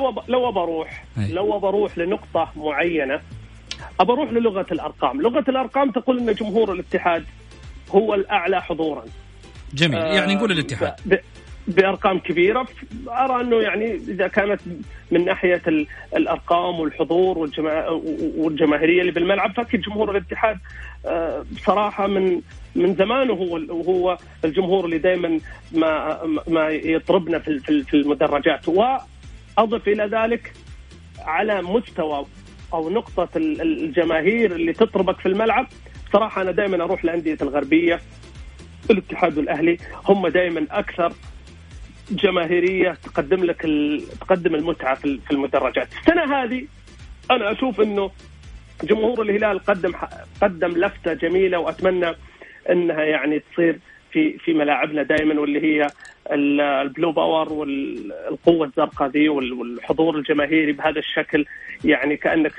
لو بروح لنقطة معينة، أبروح للغة الأرقام. لغة الأرقام تقول أن جمهور الاتحاد هو الأعلى حضورا. جميل. يعني نقول الاتحاد بأرقام كبيرة. أرى أنه يعني إذا كانت من ناحية الأرقام والحضور والجماهيرية اللي بالملعب، فأكيد جمهور الاتحاد بصراحة من زمان وهو الجمهور اللي دائما ما يطربنا في المدرجات. وأضف إلى ذلك على مستوى أو نقطة الجماهير اللي تطربك في الملعب، صراحة أنا دائما أروح لأندية الغربية، الاتحاد والأهلي هم دائما أكثر جماهيرية، تقدم المتعة في المدرجات. السنة هذه أنا أشوف إنه جمهور الهلال قدم لفتة جميلة، وأتمنى إنها يعني تصير في ملاعبنا دائما، واللي هي البلو باور والقوة الزرقاء ذي والحضور الجماهيري بهذا الشكل. يعني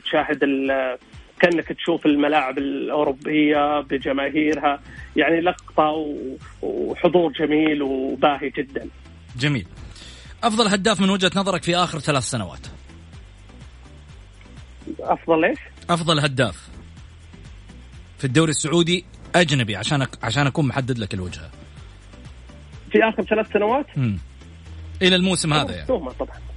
كأنك تشوف الملاعب الأوروبية بجماهيرها، يعني لقطة وحضور جميل وباهي جدا. جميل. أفضل هداف من وجهة نظرك في آخر 3 سنوات؟ أفضل إيش؟ أفضل هداف في الدوري السعودي أجنبي، عشان أكون محدد لك الوجهة في آخر 3 سنوات إلى الموسم هذا يعني. طبعا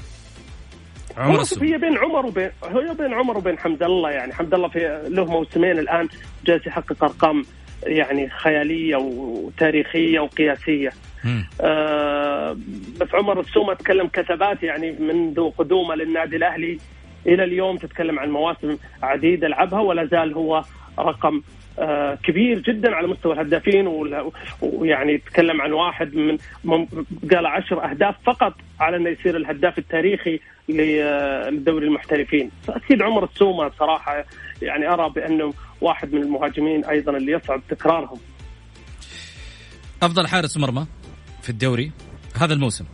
هي بين عمر وبين حمد الله. يعني حمد الله له موسمين الآن جالس يحقق أرقام يعني خيالية وتاريخية وقياسية. بس عمر السومة تكلم كثبات، يعني منذ قدومه للنادي الأهلي إلى اليوم تتكلم عن مواسم عديدة لعبها، ولا زال هو رقم كبير جدا على مستوى الهدافين. ويعني تكلم عن واحد من قال 10 أهداف فقط على أنه يصير الهداف التاريخي للدوري المحترفين. فأكيد عمر السومة بصراحة يعني أرى بأنه واحد من المهاجمين أيضا اللي يصعب تكرارهم. أفضل حارس مرمى في الدوري هذا الموسم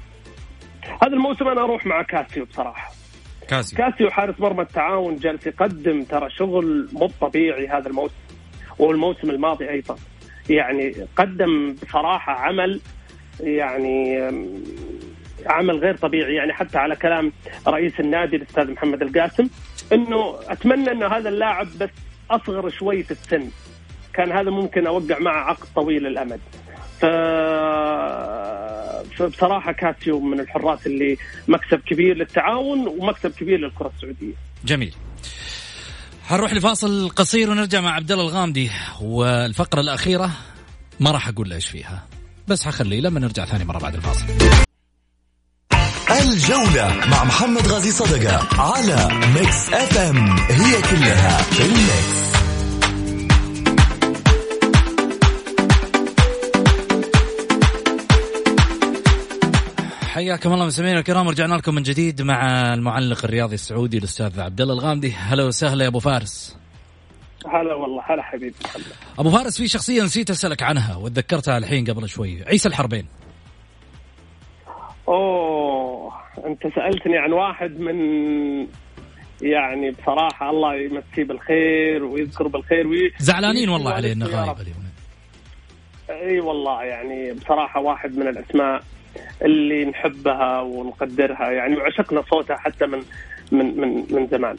أنا أروح مع كاسيو بصراحة. كاسيو حارس مرمى التعاون جالس يقدم ترى شغل مو طبيعي هذا الموسم، والموسم الماضي أيضا يعني قدم بصراحة عمل يعني عمل غير طبيعي. يعني حتى على كلام رئيس النادي الأستاذ محمد القاسم إنه أتمنى إنه هذا اللاعب بس أصغر شوي في السن، كان هذا ممكن أوقع معه عقد طويل الأمد. فبصراحة كاسيو من الحراس اللي مكسب كبير للتعاون ومكسب كبير للكرة السعودية. جميل. هنروح لفاصل قصير ونرجع مع عبد الله الغامدي، والفقرة الأخيرة ما راح أقول إيش فيها، بس حخليه لما نرجع ثاني مرة بعد الفاصل. الجولة مع محمد غازي صدقة على ميكس اف ام، هي كلها في الميكس. حياكم الله مستمعينا الكرام، رجعنا لكم من جديد مع المعلق الرياضي السعودي الأستاذ عبد الله الغامدي. هلا وسهلا يا أبو فارس. هلا والله، هلا حبيبي محمد. أبو فارس، في شخصية نسيت أسألك عنها وتذكرتها الحين قبل شوي، عيسى الحربين. أوه، أنت سألتني عن واحد من، يعني بصراحة الله يمسيه بالخير ويذكر بالخير زعلانين والله عليه إنه غايب اليوم. أي والله، يعني بصراحة واحد من الأسماء اللي نحبها ونقدرها، يعني وعشقنا صوتها حتى من زمان.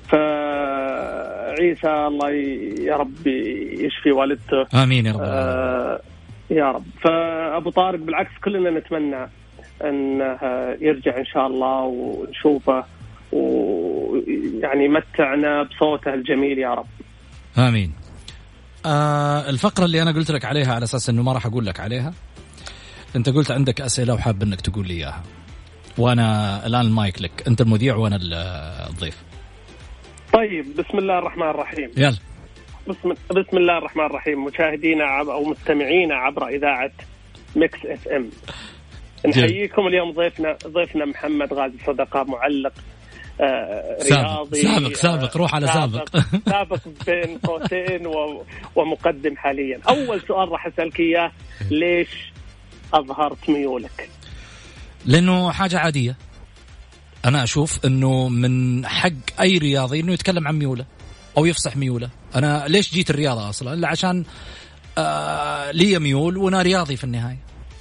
فعيسى الله يا رب يشفي والدته. آمين يا رب. يا رب. فأبو طارق بالعكس كلنا نتمنى أنه يرجع إن شاء الله ونشوفه ويعني متعنا بصوته الجميل يا رب. آمين. الفقرة اللي أنا قلت لك عليها على أساس أنه ما راح أقول لك عليها، أنت قلت عندك أسئلة وحاب أنك تقول لي إياها، وأنا الآن المايك لك، أنت المذيع وأنا الضيف. طيب، بسم الله الرحمن الرحيم. يلا. بسم الله الرحمن الرحيم. مشاهدينا أو مستمعينا عبر إذاعة ميكس اف ام، نحييكم اليوم. ضيفنا محمد غازي صدقة، معلق رياضي سابق روح على سابق بين قوسين ومقدم حاليا. أول سؤال راح أسألك إياه، ليش أظهرت ميولك؟ لأنه حاجة عادية. أنا أشوف أنه من حق أي رياضي أنه يتكلم عن ميوله أو يفصح ميوله. أنا ليش جيت الرياضة أصلا؟ إلا عشان لي ميول وأنا رياضي في النهاية.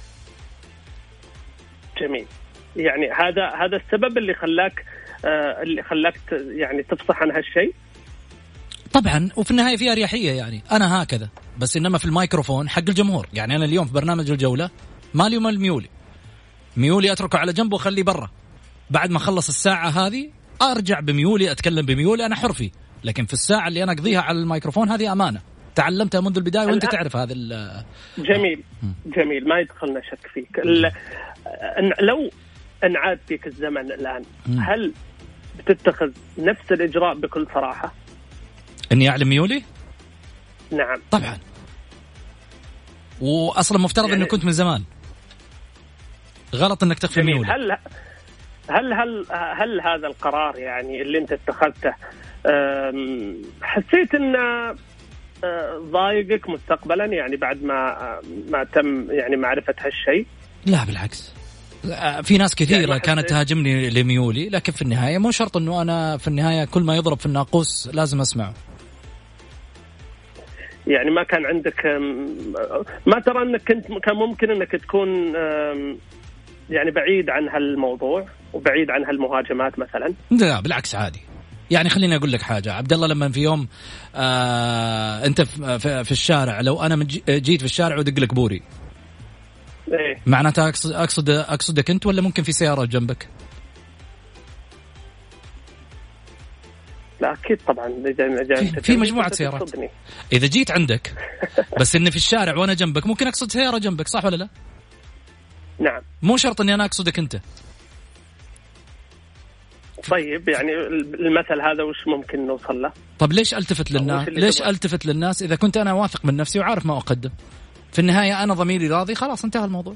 جميل. يعني هذا السبب اللي خلاك يعني تفصح عن هالشيء. طبعا، وفي النهاية فيها رياحية، يعني أنا هكذا، بس إنما في الميكروفون حق الجمهور. يعني أنا اليوم في برنامج الجولة مالي ومال ميولي أتركه على جنب وخليه برا. بعد ما خلص الساعة هذه أرجع بميولي، أتكلم بميولي، أنا حر فيه. لكن في الساعة اللي أنا أقضيها على الميكروفون هذه أمانة تعلمتها منذ البداية، وأنت تعرف هذا. جميل، ما يدخلنا شك فيك. لو انعاد فيك الزمن الآن، هل بتتخذ نفس الإجراء بكل صراحة؟ إني أعلم ميولي؟ نعم طبعا. وأصلا مفترض يعني إنه كنت من زمان. غلط إنك تخفي ميولي. هل هذا القرار يعني اللي أنت اتخذته حسيت إنه ضايقك مستقبلا، يعني بعد ما تم يعني معرفة هالشيء؟ لا بالعكس، في ناس كثيرة يعني كانت تهاجمني لميولي، لكن في النهاية مو شرط إنه أنا في النهاية كل ما يضرب في الناقوس لازم أسمعه. يعني ما كان عندك، ما ترى أنك كان ممكن أنك تكون يعني بعيد عن هالموضوع وبعيد عن هالمهاجمات مثلا؟ لا بالعكس عادي. يعني خليني أقول لك حاجة عبد الله، لما في يوم أنت في الشارع، لو أنا جيت في الشارع ودق لك بوري، إيه؟ معناتها أقصدك أنت، ولا ممكن في سيارة جنبك؟ لا أكيد طبعا، في مجموعة سيارات. إذا جيت عندك بس إن في الشارع وأنا جنبك، ممكن أقصد سيارة جنبك، صح ولا لا؟ نعم. مو شرط إني أنا أقصدك أنت. طيب يعني المثل هذا وش ممكن نوصل له؟ طب ليش ألتفت للناس إذا كنت أنا واثق من نفسي وعارف ما أقدم؟ في النهاية أنا ضميري راضي، خلاص انتهى الموضوع.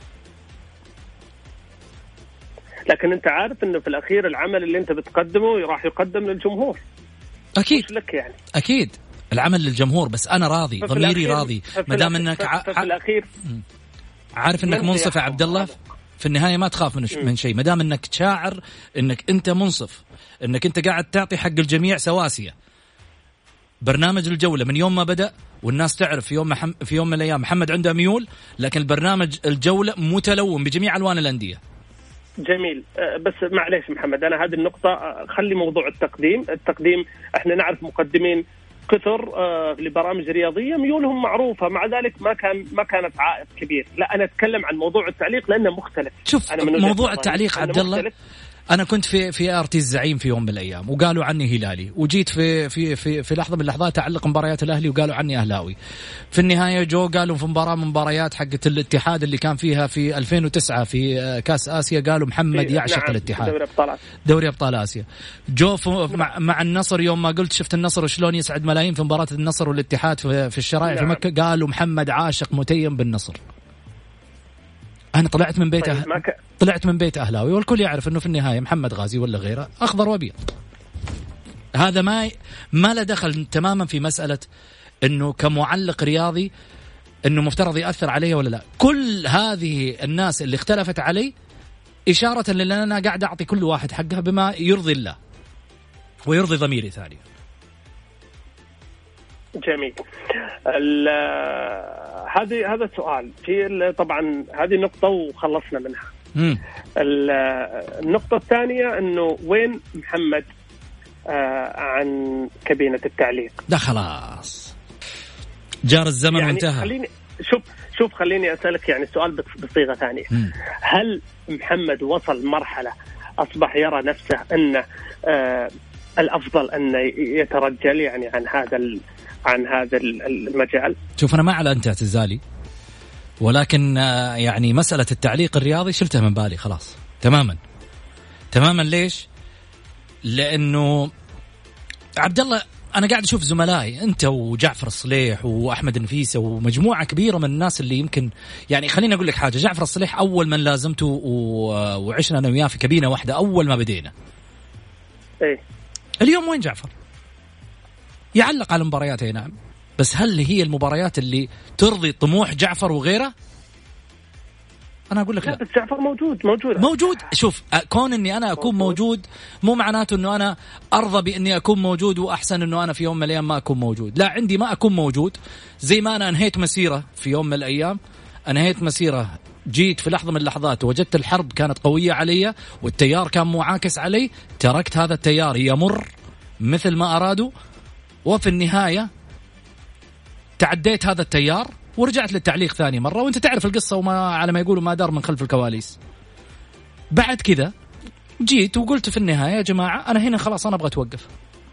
لكن أنت عارف إنه في الأخير العمل اللي أنت بتقدمه راح يقدم للجمهور. أكيد. مش لك يعني. أكيد العمل للجمهور، بس أنا راضي، ضميري راضي. ما دام إنك في الأخير عارف إنك منصف يا عبد الله، في النهاية ما تخاف من شيء، ما دام إنك شاعر إنك أنت منصف، إنك أنت قاعد تعطي حق الجميع سواسية. برنامج الجولة من يوم ما بدأ والناس تعرف في يوم من الأيام محمد عنده ميول، لكن البرنامج الجولة متلون بجميع ألوان الأندية. جميل. بس معليش محمد، أنا هذه النقطة خلي موضوع التقديم احنا نعرف مقدمين كثر لبرامج رياضية ميولهم معروفة، مع ذلك ما كانت عائق كبير. لا أنا أتكلم عن موضوع التعليق لأنه مختلف. شوف موضوع التعليق عبد الله، أنا كنت في آرتي الزعيم في يوم من الأيام وقالوا عني هلالي، وجيت في لحظة من اللحظات أعلق مباريات الأهلي وقالوا عني أهلاوي. في النهاية جو قالوا في مباراة من مباريات حقت الاتحاد اللي كان فيها في 2009 في كأس آسيا قالوا محمد يعشق نعم الاتحاد دوري أبطال آسيا. جو مع النصر يوم ما قلت شفت النصر وشلون يسعد ملايين في مباراة النصر والاتحاد في الشرائع نعم. في مكة قالوا محمد عاشق متيم بالنصر. أنا طلعت من بيت طلعت من بيت أهلاوي، والكل يعرف إنه في النهاية محمد غازي ولا غيره أخضر وأبيض. هذا ما له دخل تماما في مسألة إنه كمعلق رياضي إنه مفترض يأثر عليه ولا لا. كل هذه الناس اللي اختلفت علي إشارة لأن أنا قاعد أعطي كل واحد حقها بما يرضي الله ويرضي ضميري ثاني. جميل. هذا السؤال في طبعا هذه نقطة وخلصنا منها. النقطة الثانية إنه وين محمد عن كابينة التعليق؟ ده خلاص جار الزمن يعني وانتهى. خليني خليني أسألك يعني سؤال بصيغة ثانية. هل محمد وصل مرحلة أصبح يرى نفسه أن الأفضل أن يترجل يعني عن هذا المجال؟ شوف أنا ما أعلنت اعتزالي، ولكن يعني مسألة التعليق الرياضي شلتها من بالي خلاص تماما. ليش؟ لأنه عبد الله أنا قاعد أشوف زملائي أنت وجعفر الصليح وأحمد نفيسة ومجموعة كبيرة من الناس اللي يمكن يعني خليني أقول لك حاجة. جعفر الصليح أول من لازمته وعشنا أنا وياه في كابينة واحدة أول ما بدينا. إيه اليوم وين جعفر؟ يعلق على مبارياته نعم، بس هل هي المباريات اللي ترضي طموح جعفر وغيره؟ أنا أقول لك لا. بس جعفر موجود. شوف كون إني أنا أكون موجود مو معناته إنه أنا أرضى بإني أكون موجود وأحسن إنه أنا في يوم من الأيام ما أكون موجود. لا، عندي ما أكون موجود. زي ما أنا أنهيت مسيرة في يوم من الأيام، أنهيت مسيرة جيت في لحظة من اللحظات وجدت الحرب كانت قوية علي والتيار كان معاكس علي، تركت هذا التيار يمر مثل ما أرادوا، وفي النهاية تعديت هذا التيار ورجعت للتعليق ثاني مرة. وانت تعرف القصة وما على ما يقولوا ما دار من خلف الكواليس. بعد كذا جيت وقلت في النهاية يا جماعة أنا هنا خلاص أنا أبغى أتوقف،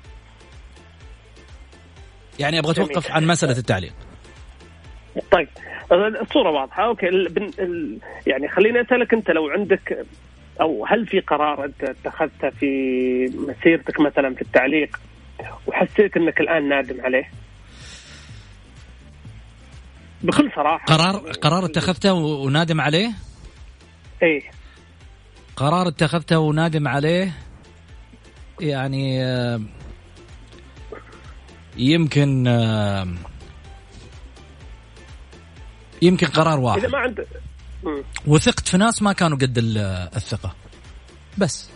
يعني أبغى أتوقف عن مسألة التعليق. طيب الصورة واضحة. أوكي يعني خليني أسألك أنت لو عندك أو هل في قرار أنت اتخذته في مسيرتك مثلا في التعليق وحسيت أنك الآن نادم عليه بكل صراحة؟ قرار اتخذته ونادم عليه؟ ايه قرار اتخذته ونادم عليه يعني يمكن قرار واحد. إذا ما عند وثقت في ناس ما كانوا قد الثقة بس.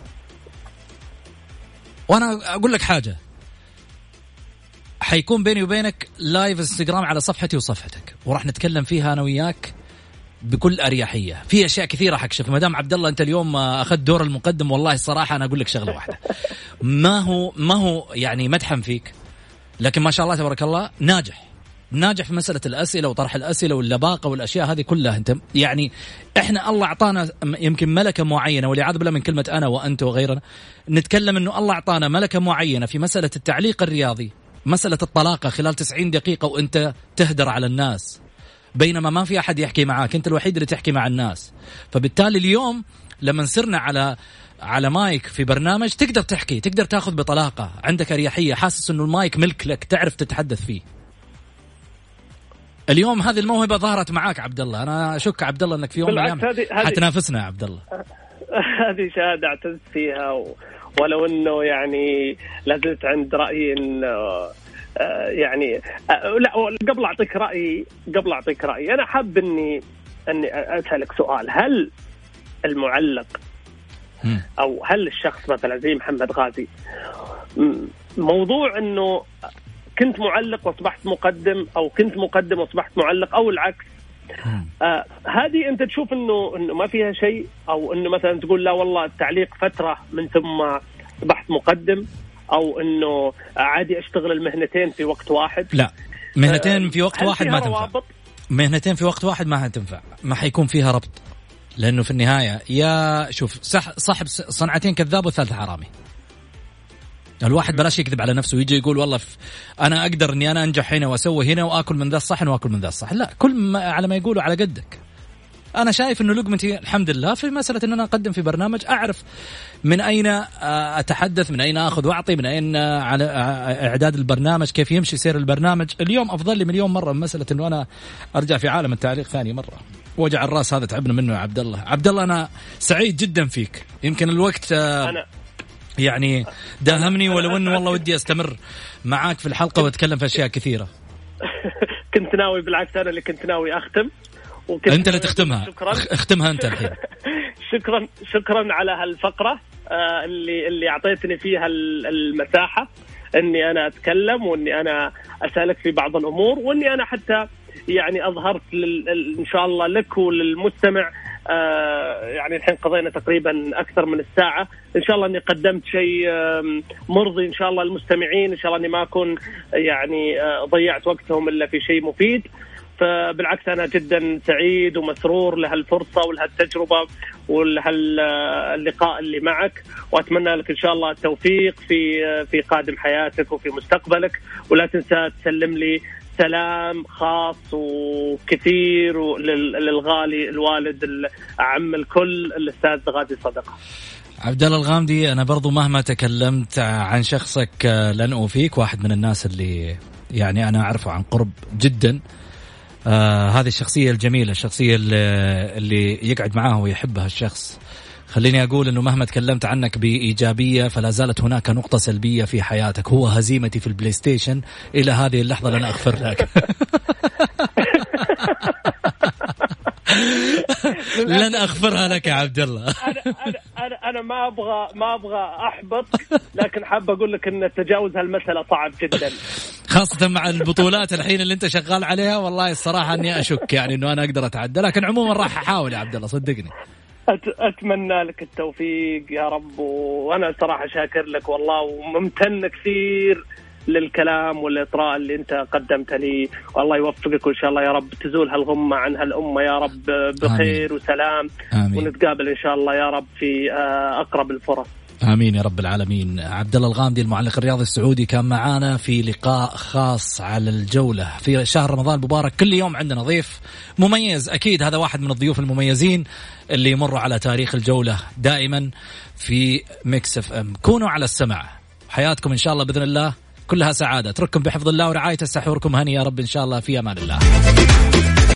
وأنا أقول لك حاجة، حيكون بيني وبينك لايف انستغرام على صفحتي وصفحتك وراح نتكلم فيها أنا وياك بكل أريحية. في أشياء كثيرة حكشف. مدام عبد الله أنت اليوم أخذت دور المقدم، والله الصراحة أنا أقول لك شغلة واحدة، ما هو يعني مدحم فيك، لكن ما شاء الله تبارك الله ناجح في مسألة الأسئلة وطرح الأسئلة واللباقة والأشياء هذه كلها. أنت يعني إحنا الله أعطانا يمكن ملكة معينة، والعياذ بالله من كلمة أنا وأنت وغيرنا، نتكلم إنه الله أعطانا ملكة معينة في مسألة التعليق الرياضي، مسألة الطلاقة خلال 90 دقيقة وأنت تهدر على الناس بينما ما في أحد يحكي معاك، أنت الوحيد اللي تحكي مع الناس. فبالتالي اليوم لما صرنا على مايك في برنامج تقدر تحكي، تقدر تاخذ بطلاقة، عندك أريحية، حاسس إنه المايك ملك لك، تعرف تتحدث فيه. اليوم هذه الموهبة ظهرت معاك عبد الله. أنا أشك عبد الله أنك في يوم من الأيام حتنافسنا يا عبد الله. هذه شهادة أعتز فيها، ولو أنه يعني لازلت عند رأيي إنه يعني لا، قبل أعطيك رأيي أنا حاب إني أسألك سؤال. هل المعلق أو هل الشخص مثلا زي محمد غازي، موضوع إنه كنت معلق واصبحت مقدم، او كنت مقدم واصبحت معلق، او العكس. هذه انت تشوف انه ما فيها شيء، او انه مثلا تقول لا والله التعليق فترة من ثم اصبحت مقدم، او انه عادي اشتغل المهنتين في وقت واحد. لا، مهنتين في وقت واحد ما تنفع. مهنتين في وقت واحد ما هتنفع، ما حيكون فيها ربط، لأنه في النهاية يا شوف صاحب صنعتين كذاب والثالث حرامي. الواحد بلاش يكذب على نفسه ويجي يقول والله أنا أقدر إني أنا أنجح هنا وأسوي هنا وأكل من ذا الصحن وأكل من ذا الصحن. لا، كل ما على ما يقولوا على قدك. أنا شايف إنه لقمتي الحمد لله في مسألة إن أنا أقدم في برنامج، أعرف من أين أتحدث، من أين أخذ وأعطي، من أين على إعداد البرنامج، كيف يمشي سير البرنامج. اليوم أفضل لي مليون مرة من مسألة إنه أنا أرجع في عالم التعليق ثاني مرة. وجع الرأس هذا تعبنا منه يا عبد الله. عبد الله أنا سعيد جدا فيك. يمكن الوقت يعني داهمني، ولو إنه والله ودي أستمر معاك في الحلقة وأتكلم في أشياء كثيرة. كنت ناوي، بالعكس أنا اللي كنت ناوي أختم. أنت اللي تختمها. اختمها أنت الحين. شكرا على هالفقرة اللي أعطيتني فيها المساحة إني أنا أتكلم، وإني أنا أسألك في بعض الأمور، وإني أنا حتى يعني أظهرت إن شاء الله لك وللمستمع. يعني الحين قضينا تقريبا أكثر من الساعة. إن شاء الله إني قدمت شيء مرضي إن شاء الله المستمعين. إن شاء الله إني ما أكون يعني ضيعت وقتهم إلا في شيء مفيد. فبالعكس أنا جدا سعيد ومسرور لهالفرصة ولهالتجربة ولهاللقاء اللي معك، وأتمنى لك إن شاء الله التوفيق في قادم حياتك وفي مستقبلك. ولا تنسى تسلم لي سلام خاص وكثير للغالي الوالد العم الكل الأستاذ غازي صدقة. عبد الله الغامدي، أنا برضو مهما تكلمت عن شخصك لن أوفيك. واحد من الناس اللي يعني أنا أعرفه عن قرب جدا. هذه الشخصية الجميلة، الشخصية اللي يقعد معاه ويحبها الشخص. خليني أقول أنه مهما تكلمت عنك بإيجابية فلا زالت هناك نقطة سلبية في حياتك. هو هزيمتي في البلاي ستيشن إلى هذه اللحظة لن أغفر لك. لن أغفرها لك يا عبد الله. أنا ما أبغى أحبط، لكن حاب أقول لك أن تجاوز هالمسألة صعب جدا، خاصة مع البطولات الحين اللي أنت شغال عليها. والله الصراحة أني أشك يعني أنه أنا أقدر أتعدى، لكن عموما راح أحاول يا عبد الله صدقني. أتمنى لك التوفيق يا رب، وأنا صراحة شاكر لك والله، وممتن كثير للكلام والإطراء اللي أنت قدمت لي. والله يوفقك، وإن شاء الله يا رب تزول هالغمة عن هالأمة يا رب بخير وسلام. آمين. ونتقابل إن شاء الله يا رب في أقرب الفرص. آمين يا رب العالمين. عبد الله الغامدي المعلق الرياضي السعودي كان معانا في لقاء خاص على الجولة في شهر رمضان المبارك. كل يوم عندنا ضيف مميز، أكيد هذا واحد من الضيوف المميزين اللي يمروا على تاريخ الجولة دائما في ميكس اف ام. كونوا على السمع، حياتكم إن شاء الله بإذن الله كلها سعادة. اترككم بحفظ الله ورعايته، استحوركم هني يا رب إن شاء الله، في أمان الله.